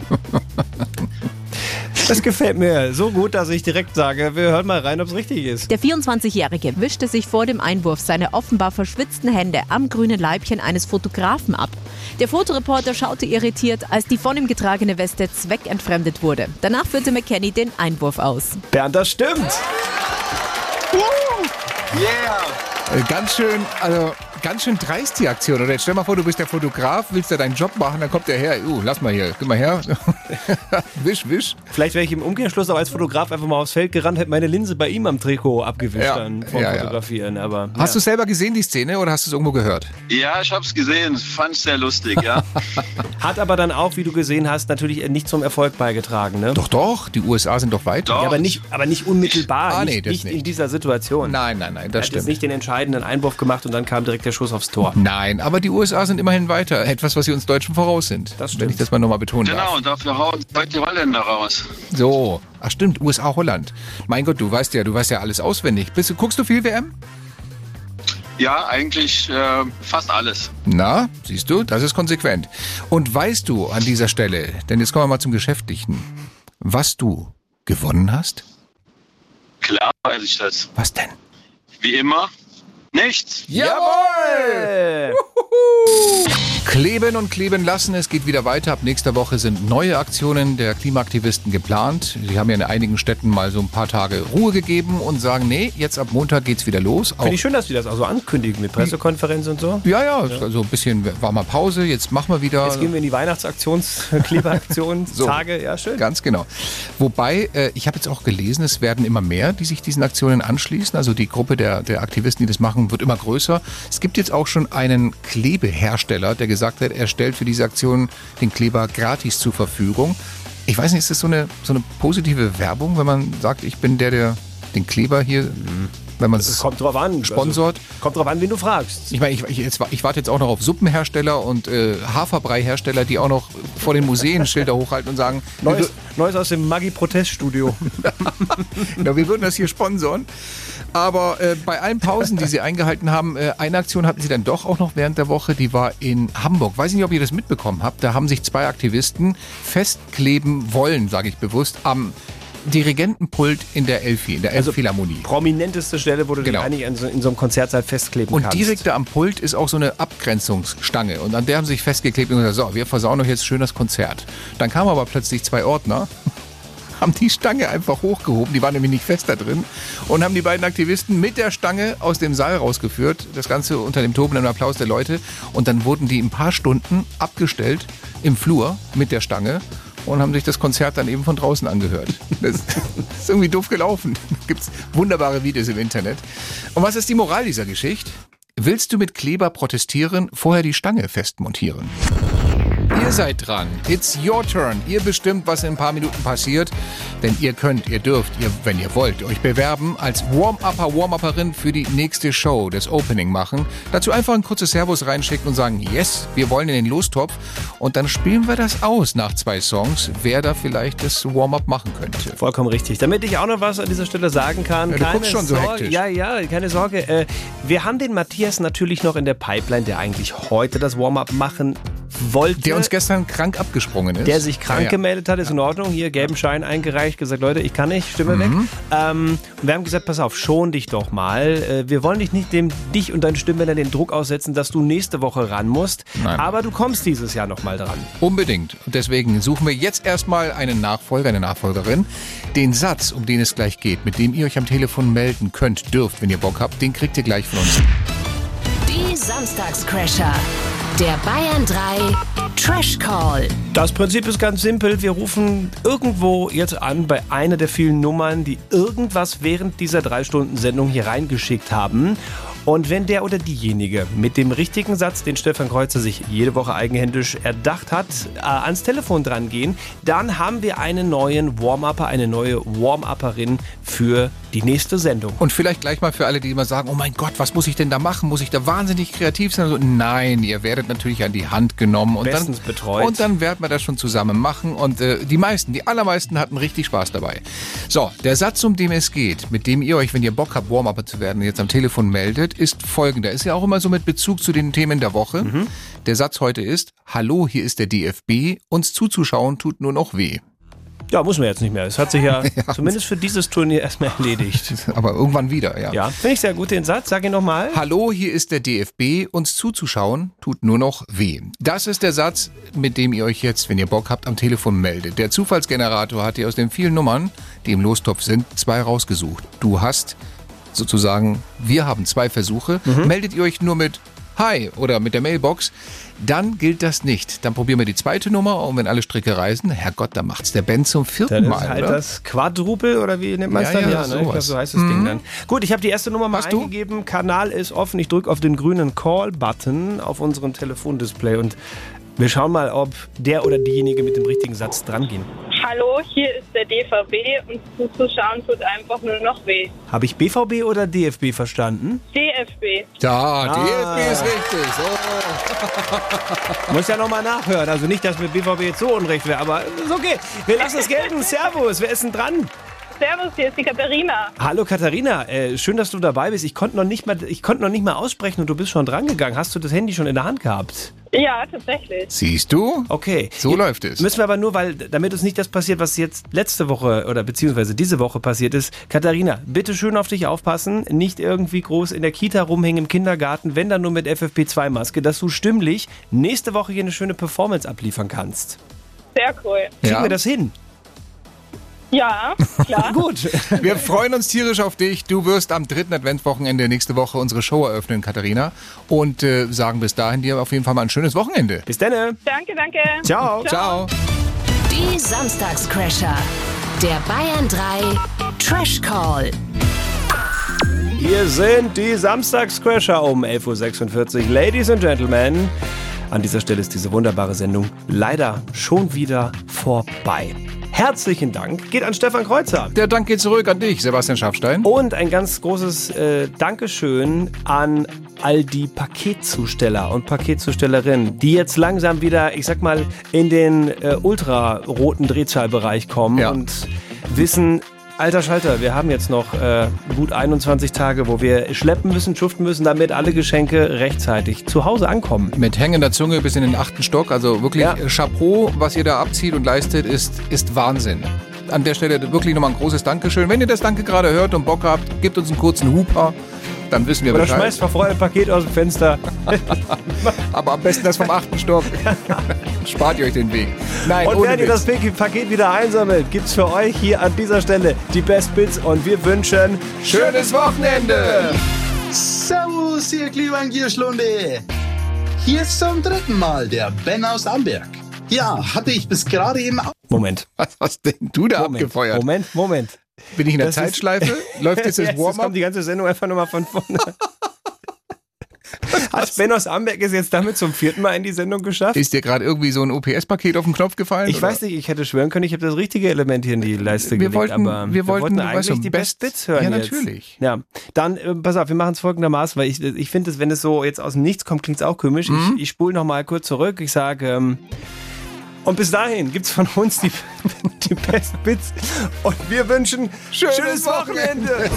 Das gefällt mir so gut, dass ich direkt sage, wir hören mal rein, ob es richtig ist. Der 24-Jährige wischte sich vor dem Einwurf seine offenbar verschwitzten Hände am grünen Leibchen eines Fotografen ab. Der Fotoreporter schaute irritiert, als die von ihm getragene Weste zweckentfremdet wurde. Danach führte McKennie den Einwurf aus. Bernd, das stimmt! Yeah! Ganz schön dreist die Aktion. Oder jetzt stell mal vor, du bist der Fotograf, willst ja deinen Job machen, dann kommt der her. Lass mal hier, gib mal her. Wisch, wisch. Vielleicht wäre ich im Umkehrschluss auch als Fotograf einfach mal aufs Feld gerannt, hätte meine Linse bei ihm am Trikot abgewischt dann vom Fotografieren. Aber, Hast du selber gesehen, die Szene, oder hast du es irgendwo gehört? Ja, ich hab's gesehen. Fand es sehr lustig, ja. Hat aber dann auch, wie du gesehen hast, natürlich nicht zum Erfolg beigetragen, ne? Doch, die USA sind doch weit. Ja, aber nicht unmittelbar, nicht in dieser Situation. Nein, das stimmt. Er hat jetzt nicht den entscheidenden Einwurf gemacht und dann kam direkt der Schuss aufs Tor. Nein, aber die USA sind immerhin weiter. Etwas, was sie uns Deutschen voraus sind. Das stimmt. Wenn ich das mal nochmal betonen darf. Genau, und dafür hauen heute die Holländer raus. So, ach stimmt, USA, Holland. Mein Gott, du weißt ja alles auswendig. Guckst du viel WM? Ja, eigentlich fast alles. Na, siehst du, das ist konsequent. Und weißt du an dieser Stelle, denn jetzt kommen wir mal zum Geschäftlichen, was du gewonnen hast? Klar weiß ich das. Was denn? Wie immer, nichts. Jawohl! Kleben und kleben lassen, es geht wieder weiter. Ab nächster Woche sind neue Aktionen der Klimaaktivisten geplant. Sie haben ja in einigen Städten mal so ein paar Tage Ruhe gegeben und sagen, nee, jetzt ab Montag geht's wieder los. Finde ich schön, dass die das also ankündigen mit Pressekonferenz und so. Ja, also ein bisschen war mal Pause, jetzt machen wir wieder. Jetzt gehen wir in die Klimaaktionstage, ja schön. Ganz genau. Wobei, ich habe jetzt auch gelesen, es werden immer mehr, die sich diesen Aktionen anschließen. Also die Gruppe der Aktivisten, die das machen, wird immer größer. Es gibt jetzt auch schon einen Klebehersteller, der gesagt hat, er stellt für diese Aktion den Kleber gratis zur Verfügung. Ich weiß nicht, ist das so eine positive Werbung, wenn man sagt, ich bin der den Kleber hier, wenn man es kommt drauf an, sponsort? Also, kommt drauf an, wen du fragst. Ich meine, ich warte jetzt auch noch auf Suppenhersteller und Haferbrei-Hersteller, die auch noch vor den Museen Schilder hochhalten und sagen, Neues aus dem Maggi-Proteststudio. Genau, wir würden das hier sponsoren. Aber bei allen Pausen, die sie eingehalten haben, eine Aktion hatten sie dann doch auch noch während der Woche, die war in Hamburg. Weiß nicht, ob ihr das mitbekommen habt. Da haben sich 2 Aktivisten festkleben wollen, sage ich bewusst, am Dirigentenpult in der Elfi, in der Elbphilharmonie. Prominenteste Stelle, wo du dich eigentlich in so einem Konzertsaal festkleben kannst. Und direkt da am Pult ist auch so eine Abgrenzungsstange. Und an der haben sie sich festgeklebt und gesagt, so, wir versauen euch jetzt schön das Konzert. Dann kamen aber plötzlich 2 Ordner haben die Stange einfach hochgehoben, die war nämlich nicht fest da drin, und haben die beiden Aktivisten mit der Stange aus dem Saal rausgeführt. Das Ganze unter dem tobenden Applaus der Leute. Und dann wurden die in ein paar Stunden abgestellt im Flur mit der Stange und haben sich das Konzert dann eben von draußen angehört. Das ist irgendwie doof gelaufen. Gibt's wunderbare Videos im Internet. Und was ist die Moral dieser Geschichte? Willst du mit Kleber protestieren, vorher die Stange festmontieren? Ihr seid dran. It's your turn. Ihr bestimmt, was in ein paar Minuten passiert. Denn ihr könnt, ihr dürft, wenn ihr wollt, euch bewerben als Warm-Upper, Warm-Upperin für die nächste Show, das Opening machen. Dazu einfach ein kurzes Servus reinschicken und sagen, yes, wir wollen in den Lostopf. Und dann spielen wir das aus nach 2 Songs, wer da vielleicht das Warm-Up machen könnte. Vollkommen richtig. Damit ich auch noch was an dieser Stelle sagen kann. Ja, du guckst schon so hektisch. Ja, keine Sorge. Wir haben den Matthias natürlich noch in der Pipeline, der eigentlich heute das Warm-Up machen wollte. Der uns gestern krank abgesprungen ist. Der sich krank gemeldet hat, ist in Ordnung. Hier, gelben Schein eingereicht, gesagt, Leute, ich kann nicht, Stimme weg. Wir haben gesagt, pass auf, schon dich doch mal. Wir wollen dich nicht dich und deine Stimmbänder den Druck aussetzen, dass du nächste Woche ran musst. Nein. Aber du kommst dieses Jahr noch mal dran. Unbedingt. Und deswegen suchen wir jetzt erstmal einen Nachfolger, eine Nachfolgerin. Den Satz, um den es gleich geht, mit dem ihr euch am Telefon melden könnt, dürft, wenn ihr Bock habt, den kriegt ihr gleich von uns. Die Samstagscrasher. Der Bayern 3 Trash Call. Das Prinzip ist ganz simpel. Wir rufen irgendwo jetzt an bei einer der vielen Nummern, die irgendwas während dieser 3-Stunden-Sendung hier reingeschickt haben. Und wenn der oder diejenige mit dem richtigen Satz, den Stefan Kreuzer sich jede Woche eigenhändisch erdacht hat, ans Telefon dran gehen, dann haben wir einen neuen Warm-Upper, eine neue Warm-Upperin für die nächste Sendung. Und vielleicht gleich mal für alle, die immer sagen, oh mein Gott, was muss ich denn da machen? Muss ich da wahnsinnig kreativ sein? Also, nein, ihr werdet natürlich an die Hand genommen und bestens betreut. Und dann werden wir das schon zusammen machen. Und die allermeisten hatten richtig Spaß dabei. So, der Satz, um den es geht, mit dem ihr euch, wenn ihr Bock habt, Warm-Upper zu werden, jetzt am Telefon meldet, ist folgender. Ist ja auch immer so mit Bezug zu den Themen der Woche. Der Satz heute ist, hallo, hier ist der DFB, uns zuzuschauen tut nur noch weh. Ja, muss man jetzt nicht mehr. Es hat sich ja zumindest für dieses Turnier erstmal erledigt. Aber irgendwann wieder, ja. Ja, finde ich sehr gut den Satz. Sag ihn nochmal. Hallo, hier ist der DFB, uns zuzuschauen tut nur noch weh. Das ist der Satz, mit dem ihr euch jetzt, wenn ihr Bock habt, am Telefon meldet. Der Zufallsgenerator hat dir aus den vielen Nummern, die im Lostopf sind, 2 rausgesucht. Du hast sozusagen, wir haben 2 Versuche. Meldet ihr euch nur mit Hi oder mit der Mailbox, dann gilt das nicht. Dann probieren wir die 2. Nummer und wenn alle Stricke reißen, Herrgott, dann macht's der Ben zum 4. Mal. Das ist halt oder? Das Quadrupel oder wie nennt man es dann? Ja, ne? Ich glaube, so heißt das Ding dann. Gut, ich habe die erste Nummer mal eingegeben. Kanal ist offen. Ich drücke auf den grünen Call-Button auf unserem Telefondisplay und wir schauen mal, ob der oder diejenige mit dem richtigen Satz dran gehen. Hallo, hier ist der DVB und zuzuschauen tut einfach nur noch weh. Habe ich BVB oder DFB verstanden? DFB. Ja, DFB ist richtig. Muss ja nochmal nachhören. Also nicht, dass mir BVB jetzt so unrecht wäre, aber ist okay. Wir lassen es gelten. Servus, wer ist denn dran? Servus, hier ist die Katharina. Hallo Katharina, schön, dass du dabei bist. Ich konnte noch nicht mal aussprechen und du bist schon dran gegangen. Hast du das Handy schon in der Hand gehabt? Ja, tatsächlich. Siehst du? Okay. So läuft es. Müssen wir aber nur, weil damit uns nicht das passiert, was jetzt letzte Woche oder beziehungsweise diese Woche passiert ist. Katharina, bitte schön auf dich aufpassen. Nicht irgendwie groß in der Kita rumhängen im Kindergarten, wenn dann nur mit FFP2-Maske, dass du stimmlich nächste Woche hier eine schöne Performance abliefern kannst. Sehr cool. Kriegen wir das hin? Ja, klar. Gut. Wir freuen uns tierisch auf dich. Du wirst am 3. Adventswochenende nächste Woche unsere Show eröffnen, Katharina. Und sagen bis dahin dir auf jeden Fall mal ein schönes Wochenende. Bis dann. Danke. Ciao. Ciao. Die Samstagscrasher. Der Bayern 3 Trash Call. Hier sind die Samstagscrasher um 11.46 Uhr. Ladies and Gentlemen, an dieser Stelle ist diese wunderbare Sendung leider schon wieder vorbei. Herzlichen Dank geht an Stefan Kreuzer. Der Dank geht zurück an dich, Sebastian Schafstein. Und ein ganz großes Dankeschön an all die Paketzusteller und Paketzustellerinnen, die jetzt langsam wieder, ich sag mal, in den ultraroten Drehzahlbereich kommen und wissen, alter Schalter, wir haben jetzt noch gut 21 Tage, wo wir schleppen müssen, schuften müssen, damit alle Geschenke rechtzeitig zu Hause ankommen. Mit hängender Zunge bis in den 8. Stock, also wirklich Chapeau, was ihr da abzieht und leistet, ist Wahnsinn. An der Stelle wirklich nochmal ein großes Dankeschön. Wenn ihr das Danke gerade hört und Bock habt, gebt uns einen kurzen Huper, dann wissen wir Bescheid. Oder schmeißt vor Freude ein Paket aus dem Fenster. Aber am besten das vom 8. Stock. Spart ihr euch den Weg. Nein, und ohne während ihr Witz. das Paket wieder einsammelt, gibt's für euch hier an dieser Stelle die Best Bits und wir wünschen schönes Wochenende! Servus, ihr kleinen Gierschlunde! Hier ist zum 3. Mal der Ben aus Amberg. Ja, hatte ich bis gerade eben auch. Moment. Was hast denn du da abgefeuert? Moment. Bin ich in der Zeitschleife? Läuft jetzt das Jetzt Warm-up? kommt die ganze Sendung einfach nochmal von vorne. Hat Ben aus Amberg es jetzt damit zum 4. Mal in die Sendung geschafft? Ist dir gerade irgendwie so ein OPS-Paket auf den Knopf gefallen? Ich weiß nicht, ich hätte schwören können, ich habe das richtige Element hier in die Leiste gelegt. Aber wir wollten eigentlich die Best Bits hören. Ja, jetzt. natürlich. Ja, dann, pass auf, wir machen es folgendermaßen, weil ich finde, wenn es so jetzt aus dem Nichts kommt, klingt es auch komisch. Ich spule nochmal kurz zurück. Ich sage, und bis dahin gibt's von uns die Best Bits und wir wünschen schönes Wochenende.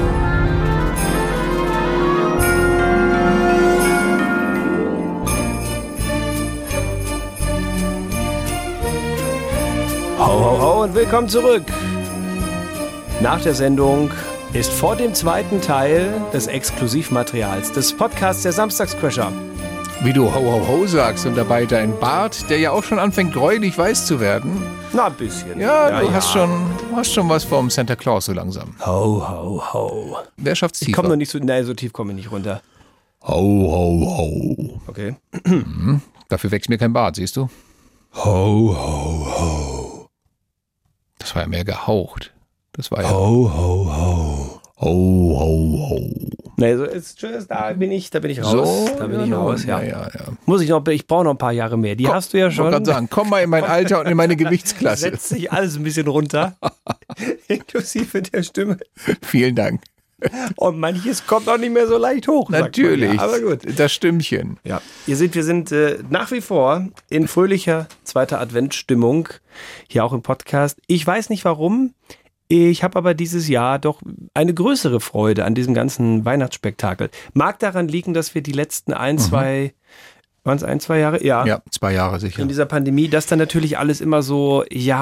Ho, ho, ho und willkommen zurück. Nach der Sendung ist vor dem 2. Teil des Exklusivmaterials des Podcasts der Samstagscrasher. Wie du ho ho ho sagst und dabei dein Bart, der ja auch schon anfängt gräulich weiß zu werden. Na, ein bisschen. Ja, du hast schon was vom Santa Claus so langsam. Ho, ho, ho. Wer schafft's tiefer? Ich komme noch nicht so, so tief komme ich nicht runter. Ho, ho, ho. Okay. Dafür wächst mir kein Bart, siehst du? Ho, ho, ho. Das war ja mehr gehaucht. Das war ja... Ho, ho, ho. Ho, ho, ho. Nee, so ist tschüss, da bin ich raus. So, da bin ich raus, ja. Ja. Ich brauche noch ein paar Jahre mehr. Die hast du ja schon. Ich wollte gerade sagen, komm mal in mein Alter und in meine Gewichtsklasse. Setzt sich alles ein bisschen runter. Inklusive der Stimme. Vielen Dank. Und manches kommt auch nicht mehr so leicht hoch. Natürlich. Ja, aber gut. Das Stimmchen. Ja. Wir sind nach wie vor in fröhlicher 2. Adventsstimmung. Hier auch im Podcast. Ich weiß nicht warum. Ich habe aber dieses Jahr doch eine größere Freude an diesem ganzen Weihnachtsspektakel. Mag daran liegen, dass wir die letzten 2 Jahre? Ja, 2 Jahre sicher. In dieser Pandemie, dass dann natürlich alles immer so,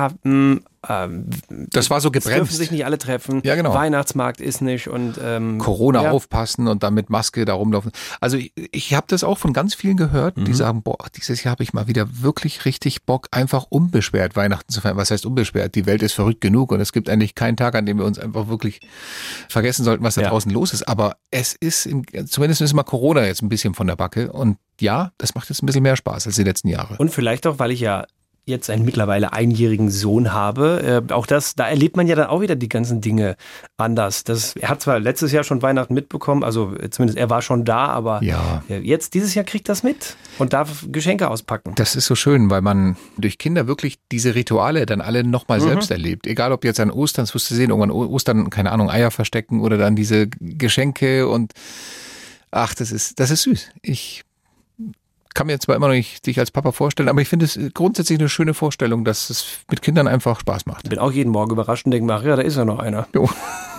das war so gebremst. Es dürfen sich nicht alle treffen. Ja, genau. Weihnachtsmarkt ist nicht und Corona aufpassen und dann mit Maske da rumlaufen. Also ich habe das auch von ganz vielen gehört, die sagen, boah, dieses Jahr habe ich mal wieder wirklich richtig Bock, einfach unbeschwert Weihnachten zu feiern. Was heißt unbeschwert? Die Welt ist verrückt genug und es gibt eigentlich keinen Tag, an dem wir uns einfach wirklich vergessen sollten, was da draußen los ist. Aber es ist, zumindest ist mal Corona jetzt ein bisschen von der Backe und ja, das macht jetzt ein bisschen mehr Spaß als die letzten Jahre. Und vielleicht auch, weil ich ja jetzt einen mittlerweile 1-jährigen Sohn habe. Auch da erlebt man ja dann auch wieder die ganzen Dinge anders. Er hat zwar letztes Jahr schon Weihnachten mitbekommen, also zumindest er war schon da, aber jetzt dieses Jahr kriegt das mit und darf Geschenke auspacken. Das ist so schön, weil man durch Kinder wirklich diese Rituale dann alle nochmal selbst erlebt. Egal ob jetzt an Ostern, das wirst du sehen, irgendwann Ostern, keine Ahnung, Eier verstecken oder dann diese Geschenke und ach, das ist süß. Ich kann mir zwar immer noch nicht dich als Papa vorstellen, aber ich finde es grundsätzlich eine schöne Vorstellung, dass es mit Kindern einfach Spaß macht. Ich bin auch jeden Morgen überrascht und denke mir, ach ja, da ist ja noch einer. Jo.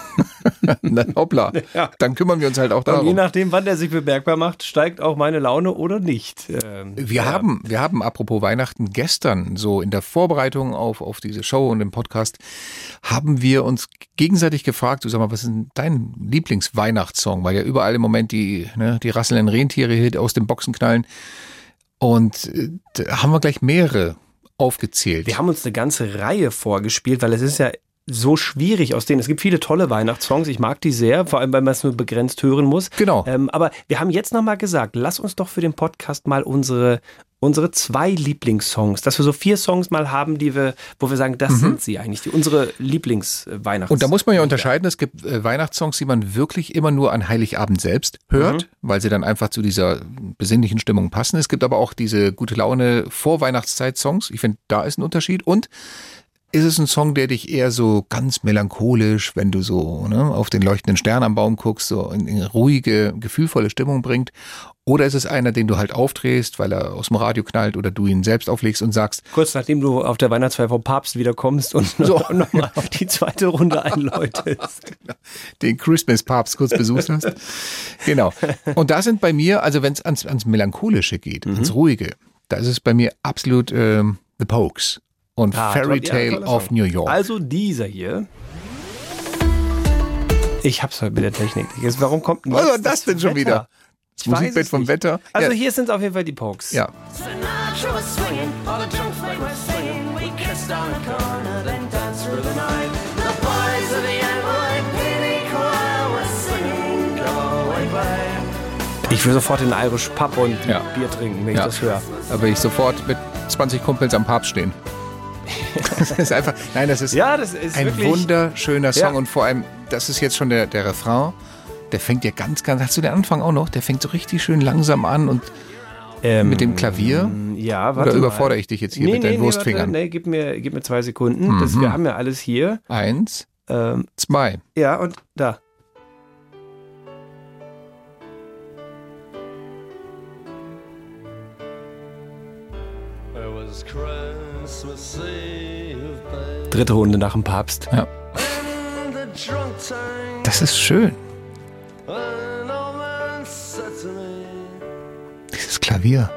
Dann hoppla. Ja. Dann kümmern wir uns halt auch darum. Und je nachdem, wann der sich bemerkbar macht, steigt auch meine Laune oder nicht. Wir haben, apropos Weihnachten, gestern so in der Vorbereitung auf diese Show und den Podcast, haben wir uns gegenseitig gefragt, du sag mal, was ist denn dein Lieblingsweihnachtssong? Weil ja überall im Moment die rasselnden Rentiere aus den Boxen knallen. Und da haben wir gleich mehrere aufgezählt. Wir haben uns eine ganze Reihe vorgespielt, weil es ist ja so schwierig aus denen. Es gibt viele tolle Weihnachtssongs, ich mag die sehr, vor allem, weil man es nur begrenzt hören muss. Genau. Aber wir haben jetzt nochmal gesagt, lass uns doch für den Podcast mal unsere 2 Lieblingssongs, dass wir so 4 Songs mal haben, wo wir sagen, das sind sie eigentlich, unsere Lieblingsweihnachtssongs. Und da muss man ja unterscheiden, es gibt Weihnachtssongs, die man wirklich immer nur an Heiligabend selbst hört, weil sie dann einfach zu dieser besinnlichen Stimmung passen. Es gibt aber auch diese gute Laune Vorweihnachtszeit-Songs. Ich finde, da ist ein Unterschied. Und ist es ein Song, der dich eher so ganz melancholisch, wenn du so auf den leuchtenden Stern am Baum guckst, so in ruhige, gefühlvolle Stimmung bringt? Oder ist es einer, den du halt aufdrehst, weil er aus dem Radio knallt oder du ihn selbst auflegst und sagst... Kurz nachdem du auf der Weihnachtsfeier vom Papst wiederkommst und nochmal die 2. Runde einläutest. Den Christmas-Papst kurz besucht hast. Genau. Und da sind bei mir, also wenn es ans Melancholische geht, ans Ruhige, da ist es bei mir absolut The Pogues. Und Fairy Tale of New York. Also dieser hier. Ich hab's heute mit der Technik. Warum kommt was war das denn schon wieder? Musikbett vom Wetter. Also ja. hier sind es auf jeden Fall die Pogues. Ja. Ich will sofort in den Irish Pub und Bier trinken, wenn ich das höre. Da will ich sofort mit 20 Kumpels am Papst stehen. Das ist einfach, nein, das ist ein wirklich wunderschöner Song und vor allem, das ist jetzt schon der Refrain, der fängt ja ganz, hast du den Anfang auch noch? Der fängt so richtig schön langsam an und mit dem Klavier? Ja, warte Oder überfordere ich dich jetzt hier mit deinen Wurstfingern? Nee, gib mir 2 Sekunden. Wir haben ja alles hier. 1, 2. Ja, und da. Dritte Runde nach dem Papst. Ja. Das ist schön. Dieses Klavier.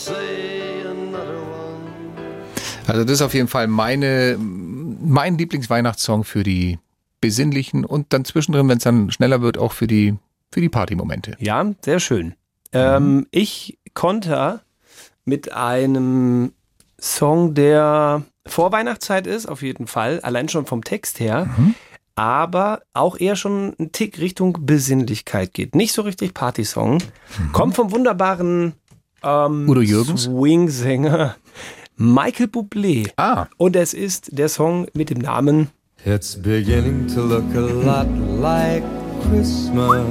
Also das ist auf jeden Fall mein Lieblingsweihnachtssong für die besinnlichen und dann zwischendrin, wenn es dann schneller wird, auch für die Partymomente. Ja, sehr schön. Ich konnte mit einem Song, der vor Weihnachtszeit ist, auf jeden Fall, allein schon vom Text her, aber auch eher schon ein Tick Richtung Besinnlichkeit geht. Nicht so richtig Partysong. Kommt vom wunderbaren Udo Jürgens Swing-Sänger Michael Bublé. Und es ist der Song mit dem Namen It's beginning to look a lot like Christmas.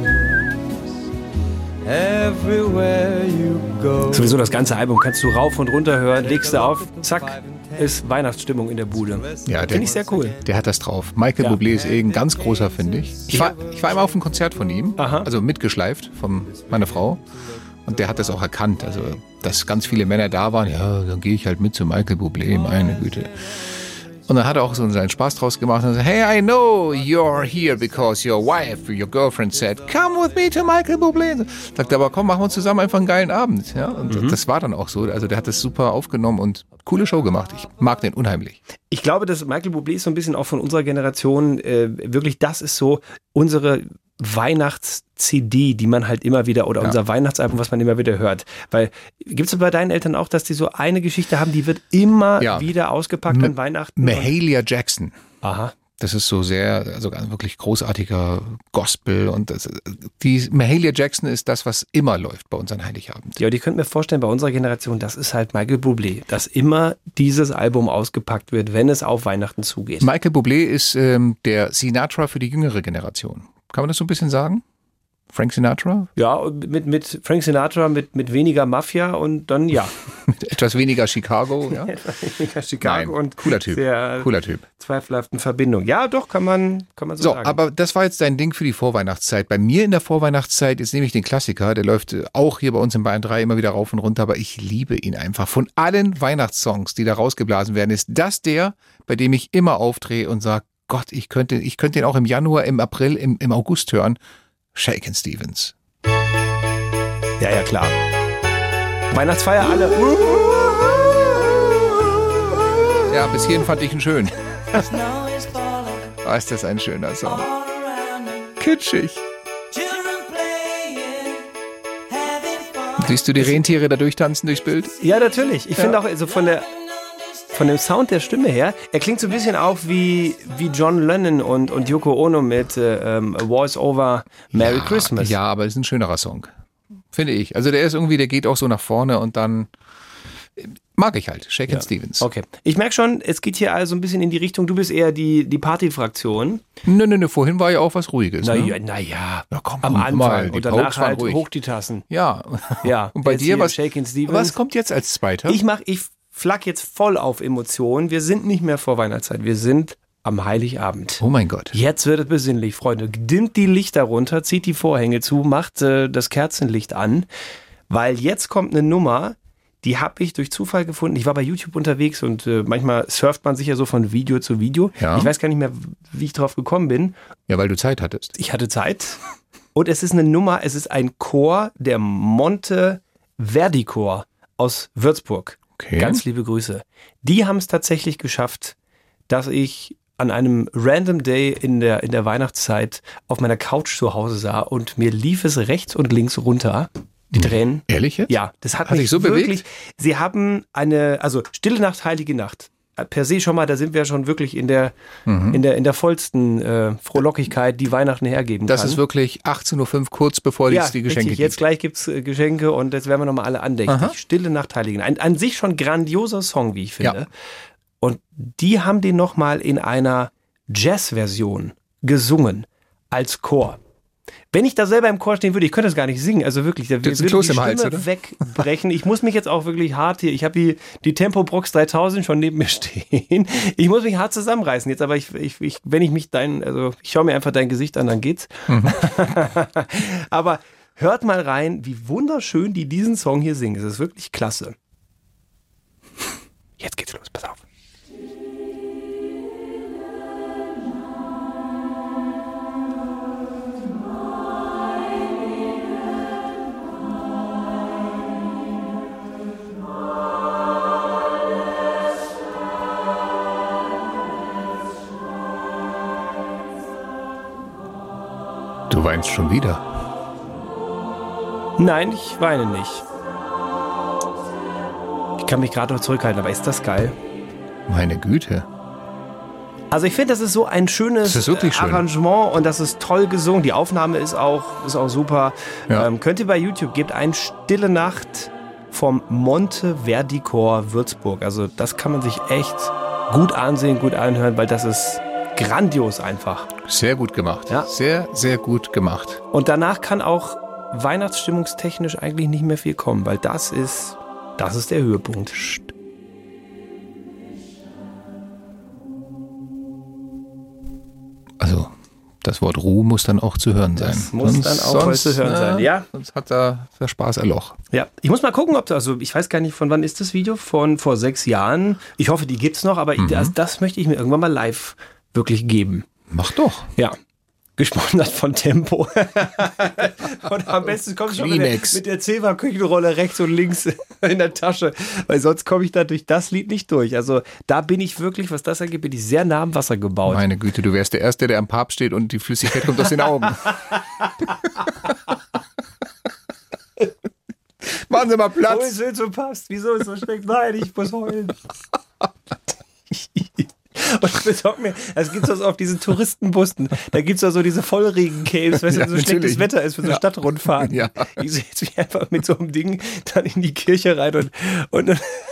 Everywhere you go. Sowieso das ganze Album kannst du rauf und runter hören, legst du auf, zack, ist Weihnachtsstimmung in der Bude. Ja, finde ich sehr cool. Der hat das drauf. Michael Bublé ist ein ganz großer, finde ich. Ich war einmal auf einem Konzert von ihm, also mitgeschleift von meiner Frau. Und der hat das auch erkannt, also dass ganz viele Männer da waren. Ja, dann gehe ich halt mit zu Michael Bublé, meine Güte. Und dann hat er auch so seinen Spaß draus gemacht und gesagt, hey, I know you're here because your wife, your girlfriend said, come with me to Michael Bublé. Sagt aber, komm, machen wir zusammen einfach einen geilen Abend. Ja, und das war dann auch so. Also der hat das super aufgenommen und coole Show gemacht. Ich mag den unheimlich. Ich glaube, dass Michael Bublé ist so ein bisschen auch von unserer Generation, wirklich, das ist so unsere Weihnachts-CD, die man halt immer wieder, oder unser Weihnachtsalbum, was man immer wieder hört. Weil, gibt es bei deinen Eltern auch, dass die so eine Geschichte haben, die wird immer wieder ausgepackt an Weihnachten? Mahalia Jackson. Aha. Das ist so sehr, also wirklich großartiger Gospel und die Mahalia Jackson ist das, was immer läuft bei uns an Heiligabend. Ja, und ich könnte mir vorstellen, bei unserer Generation, das ist halt Michael Bublé, dass immer dieses Album ausgepackt wird, wenn es auf Weihnachten zugeht. Michael Bublé ist der Sinatra für die jüngere Generation. Kann man das so ein bisschen sagen? Frank Sinatra? Ja, mit Frank Sinatra, mit weniger Mafia und dann mit etwas weniger Chicago, ja? Etwas weniger Chicago. Nein, und cooler Typ. Zweifelhaften Verbindung. Ja, doch, kann man so sagen. Aber das war jetzt dein Ding für die Vorweihnachtszeit. Bei mir in der Vorweihnachtszeit ist nämlich den Klassiker, der läuft auch hier bei uns in Bayern 3 immer wieder rauf und runter, aber ich liebe ihn einfach. Von allen Weihnachtssongs, die da rausgeblasen werden, ist das der, bei dem ich immer aufdrehe und sage, Gott, ich könnte den auch im Januar, im April, im August hören. Shakin' Stevens. Ja, klar. Weihnachtsfeier alle. Ja, bis hierhin fand ich ihn schön. Ist das ein schöner Song. Kitschig. Siehst du die Rentiere da durchtanzen durchs Bild? Ja, natürlich. Ich finde auch so von dem Sound der Stimme her, er klingt so ein bisschen auch wie John Lennon und Yoko Ono mit Voice Over Merry Christmas. Ja, aber es ist ein schönerer Song, finde ich. Also der geht auch so nach vorne und dann mag ich halt, Shakin' Stevens. Okay, ich merke schon, es geht hier also ein bisschen in die Richtung, du bist eher die Partyfraktion. Nö, vorhin war ja auch was Ruhiges. Naja, am Anfang und danach halt hoch die Tassen. Ja. Und bei dir, was kommt jetzt als Zweiter? Ich flack jetzt voll auf Emotionen. Wir sind nicht mehr vor Weihnachtszeit. Wir sind am Heiligabend. Oh mein Gott. Jetzt wird es besinnlich, Freunde. Dimmt die Lichter runter, zieht die Vorhänge zu, macht das Kerzenlicht an, weil jetzt kommt eine Nummer, die habe ich durch Zufall gefunden. Ich war bei YouTube unterwegs und manchmal surft man sich ja so von Video zu Video. Ja. Ich weiß gar nicht mehr, wie ich drauf gekommen bin. Ja, weil du Zeit hattest. Ich hatte Zeit. Und es ist eine Nummer, es ist ein Chor, der Monteverdi-Chor aus Würzburg. Okay. Ganz liebe Grüße. Die haben es tatsächlich geschafft, dass ich an einem random Day in der Weihnachtszeit auf meiner Couch zu Hause sah und mir lief es rechts und links runter. Die Tränen. Ehrlich jetzt? Ja, das hat sich mich so wirklich. bewegt? Sie haben Stille Nacht, Heilige Nacht. Per se schon mal, da sind wir schon wirklich in der vollsten Frohlockigkeit, die Weihnachten hergeben kann. Das ist wirklich 18.05 Uhr, kurz bevor es die Geschenke gibt. Jetzt gleich gibt's Geschenke und jetzt werden wir nochmal alle andächtig. Aha. Stille Nacht, Heilige Nacht. An sich schon grandioser Song, wie ich finde. Ja. Und die haben den nochmal in einer Jazz-Version gesungen, als Chor. Wenn ich da selber im Chor stehen würde, ich könnte das gar nicht singen, also wirklich, da würde die Stimme wegbrechen. Ich muss mich jetzt auch wirklich hart hier, ich habe die Tempo Brox 3000 schon neben mir stehen. Ich muss mich hart zusammenreißen jetzt, aber wenn ich mich ich schaue mir einfach dein Gesicht an, dann geht's. Aber hört mal rein, wie wunderschön die diesen Song hier singen. Es ist wirklich klasse. Jetzt geht's los, pass auf. Du weinst schon wieder. Nein, ich weine nicht. Ich kann mich gerade noch zurückhalten, aber ist das geil? Meine Güte. Also ich finde, das ist so ein schönes Arrangement und das ist toll gesungen. Die Aufnahme ist auch super. Ja. Könnt ihr bei YouTube, gebt ein Stille Nacht vom Monteverdi Chor Würzburg. Also das kann man sich echt gut ansehen, gut anhören, weil das ist grandios einfach. Sehr gut gemacht. Ja. Sehr, sehr gut gemacht. Und danach kann auch weihnachtsstimmungstechnisch eigentlich nicht mehr viel kommen, weil das ist der Höhepunkt. Also, das Wort Ruhe muss dann auch zu hören sein. Das muss dann auch voll zu hören sein, ja. Sonst hat da der Spaß ein Loch. Ja, ich muss mal gucken, ich weiß gar nicht, von wann ist das Video? Von vor 6 Jahren. Ich hoffe, die gibt's noch, aber das möchte ich mir irgendwann mal live wirklich geben. Mach doch. Ja. Gesponsert von Tempo. Und am besten kommst du mit der Zewa-Küchenrolle rechts und links in der Tasche, weil sonst komme ich da durch das Lied nicht durch. Also da bin ich wirklich, was das angeht, bin ich sehr nah am Wasser gebaut. Meine Güte, du wärst der Erste, der am Papst steht und die Flüssigkeit kommt aus den Augen. Machen Sie mal Platz. Oh, ich will zum Papst. Wieso ist so schlecht? Nein, ich muss heulen. Und besorg mir, es gibt das auf diesen Touristenbussen, da gibt es so diese Vollregen-Caves, weißt du, wenn so schlechtes Wetter ist für so Stadtrundfahrten. Ja. Ich setze mich einfach mit so einem Ding dann in die Kirche rein und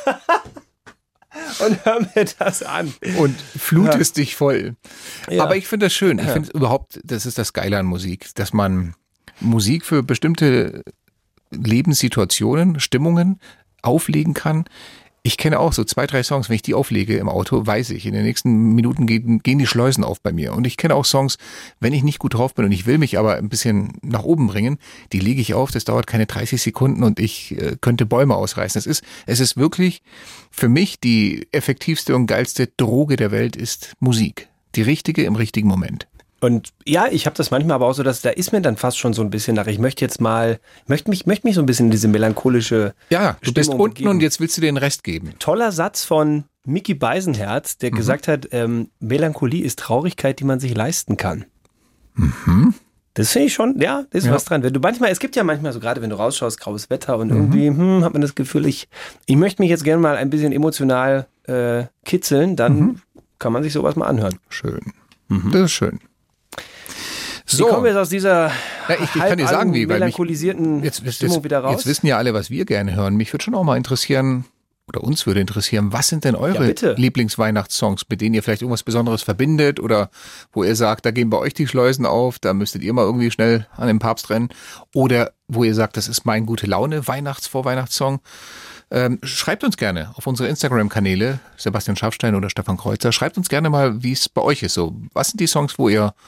hör mir das an. Und flutest dich voll. Ja. Aber ich finde das schön. Ich finde überhaupt, das ist das Geile an Musik, dass man Musik für bestimmte Lebenssituationen, Stimmungen auflegen kann. Ich kenne auch so 2, 3 Songs, wenn ich die auflege im Auto, weiß ich, in den nächsten Minuten gehen die Schleusen auf bei mir. Und ich kenne auch Songs, wenn ich nicht gut drauf bin und ich will mich aber ein bisschen nach oben bringen, die lege ich auf, das dauert keine 30 Sekunden und ich könnte Bäume ausreißen. Es ist wirklich für mich die effektivste und geilste Droge der Welt ist Musik. Die richtige im richtigen Moment. Und ja, ich habe das manchmal aber auch so, dass da ist mir dann fast schon so ein bisschen nach, ich möchte mich so ein bisschen in diese melancholische Ja, du bist Stimmung unten begeben. und jetzt willst du den Rest geben. Toller Satz von Mickey Beisenherz, der gesagt hat, Melancholie ist Traurigkeit, die man sich leisten kann. Mhm. Das finde ich schon, ja, da ist was dran. Es gibt ja manchmal so, gerade wenn du rausschaust, graues Wetter und irgendwie hat man das Gefühl, ich möchte mich jetzt gerne mal ein bisschen emotional kitzeln, dann kann man sich sowas mal anhören. Schön. Das ist schön. So. Wie kommen wir jetzt aus dieser ich kann dir sagen, wie, weil melancholisierten Stimmung wieder raus? Jetzt wissen ja alle, was wir gerne hören. Mich würde schon auch mal interessieren, oder uns würde interessieren, was sind denn eure Lieblingsweihnachtssongs, mit denen ihr vielleicht irgendwas Besonderes verbindet oder wo ihr sagt, da gehen bei euch die Schleusen auf, da müsstet ihr mal irgendwie schnell an den Papst rennen, oder wo ihr sagt, das ist mein gute Laune Vorweihnachtssong. Schreibt uns gerne auf unsere Instagram-Kanäle, Sebastian Schaffstein oder Stefan Kreuzer. Schreibt uns gerne mal, wie es bei euch ist. So, was sind die Songs, wo ihr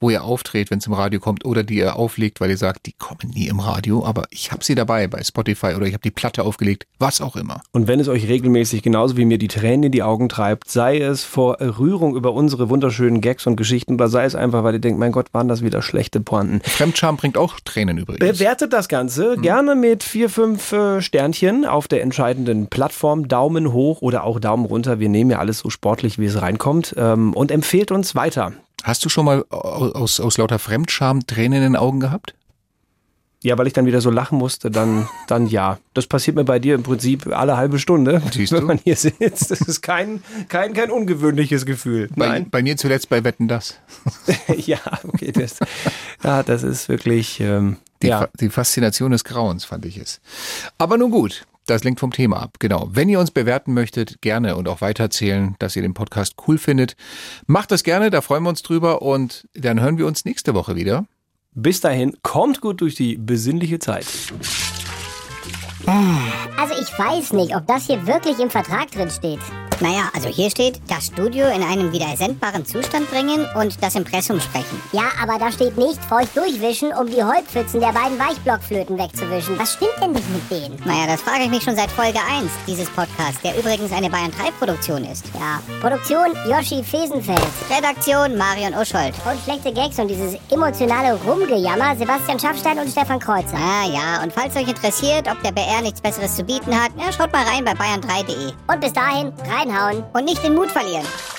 wo ihr auftritt, wenn es im Radio kommt oder die ihr auflegt, weil ihr sagt, die kommen nie im Radio, aber ich habe sie dabei bei Spotify oder ich habe die Platte aufgelegt, was auch immer. Und wenn es euch regelmäßig genauso wie mir die Tränen in die Augen treibt, sei es vor Rührung über unsere wunderschönen Gags und Geschichten oder sei es einfach, weil ihr denkt, mein Gott, waren das wieder schlechte Pointen. Fremdscham bringt auch Tränen übrigens. Bewertet das Ganze gerne mit 4, 5 Sternchen auf der entscheidenden Plattform. Daumen hoch oder auch Daumen runter. Wir nehmen ja alles so sportlich, wie es reinkommt. Und empfehlt uns weiter. Hast du schon mal aus lauter Fremdscham Tränen in den Augen gehabt? Ja, weil ich dann wieder so lachen musste, dann ja. Das passiert mir bei dir im Prinzip alle halbe Stunde, wenn man hier sitzt. Das ist kein ungewöhnliches Gefühl. Nein. Bei mir zuletzt bei Wetten, dass. Ja, okay. Das ist wirklich... Die Faszination des Grauens, fand ich es. Aber nun gut. Das lenkt vom Thema ab, genau. Wenn ihr uns bewerten möchtet, gerne und auch weitererzählen, dass ihr den Podcast cool findet. Macht das gerne, da freuen wir uns drüber und dann hören wir uns nächste Woche wieder. Bis dahin, kommt gut durch die besinnliche Zeit. Also ich weiß nicht, ob das hier wirklich im Vertrag drin steht. Naja, also hier steht, das Studio in einem wieder sendbaren Zustand bringen und das Impressum sprechen. Ja, aber da steht nicht feucht durchwischen, um die Heupfützen der beiden Weichblockflöten wegzuwischen. Was stimmt denn nicht mit denen? Naja, das frage ich mich schon seit Folge 1 dieses Podcasts, der übrigens eine Bayern 3 Produktion ist. Ja, Produktion Joschi Fesenfeld. Redaktion Marion Uschold. Und schlechte Gags und dieses emotionale Rumgejammer Sebastian Schaffstein und Stefan Kreuzer. Ah ja, und falls euch interessiert, ob der BR nichts Besseres zu bieten hat, schaut mal rein bei bayern3.de. Und bis dahin, reinhauen und nicht den Mut verlieren.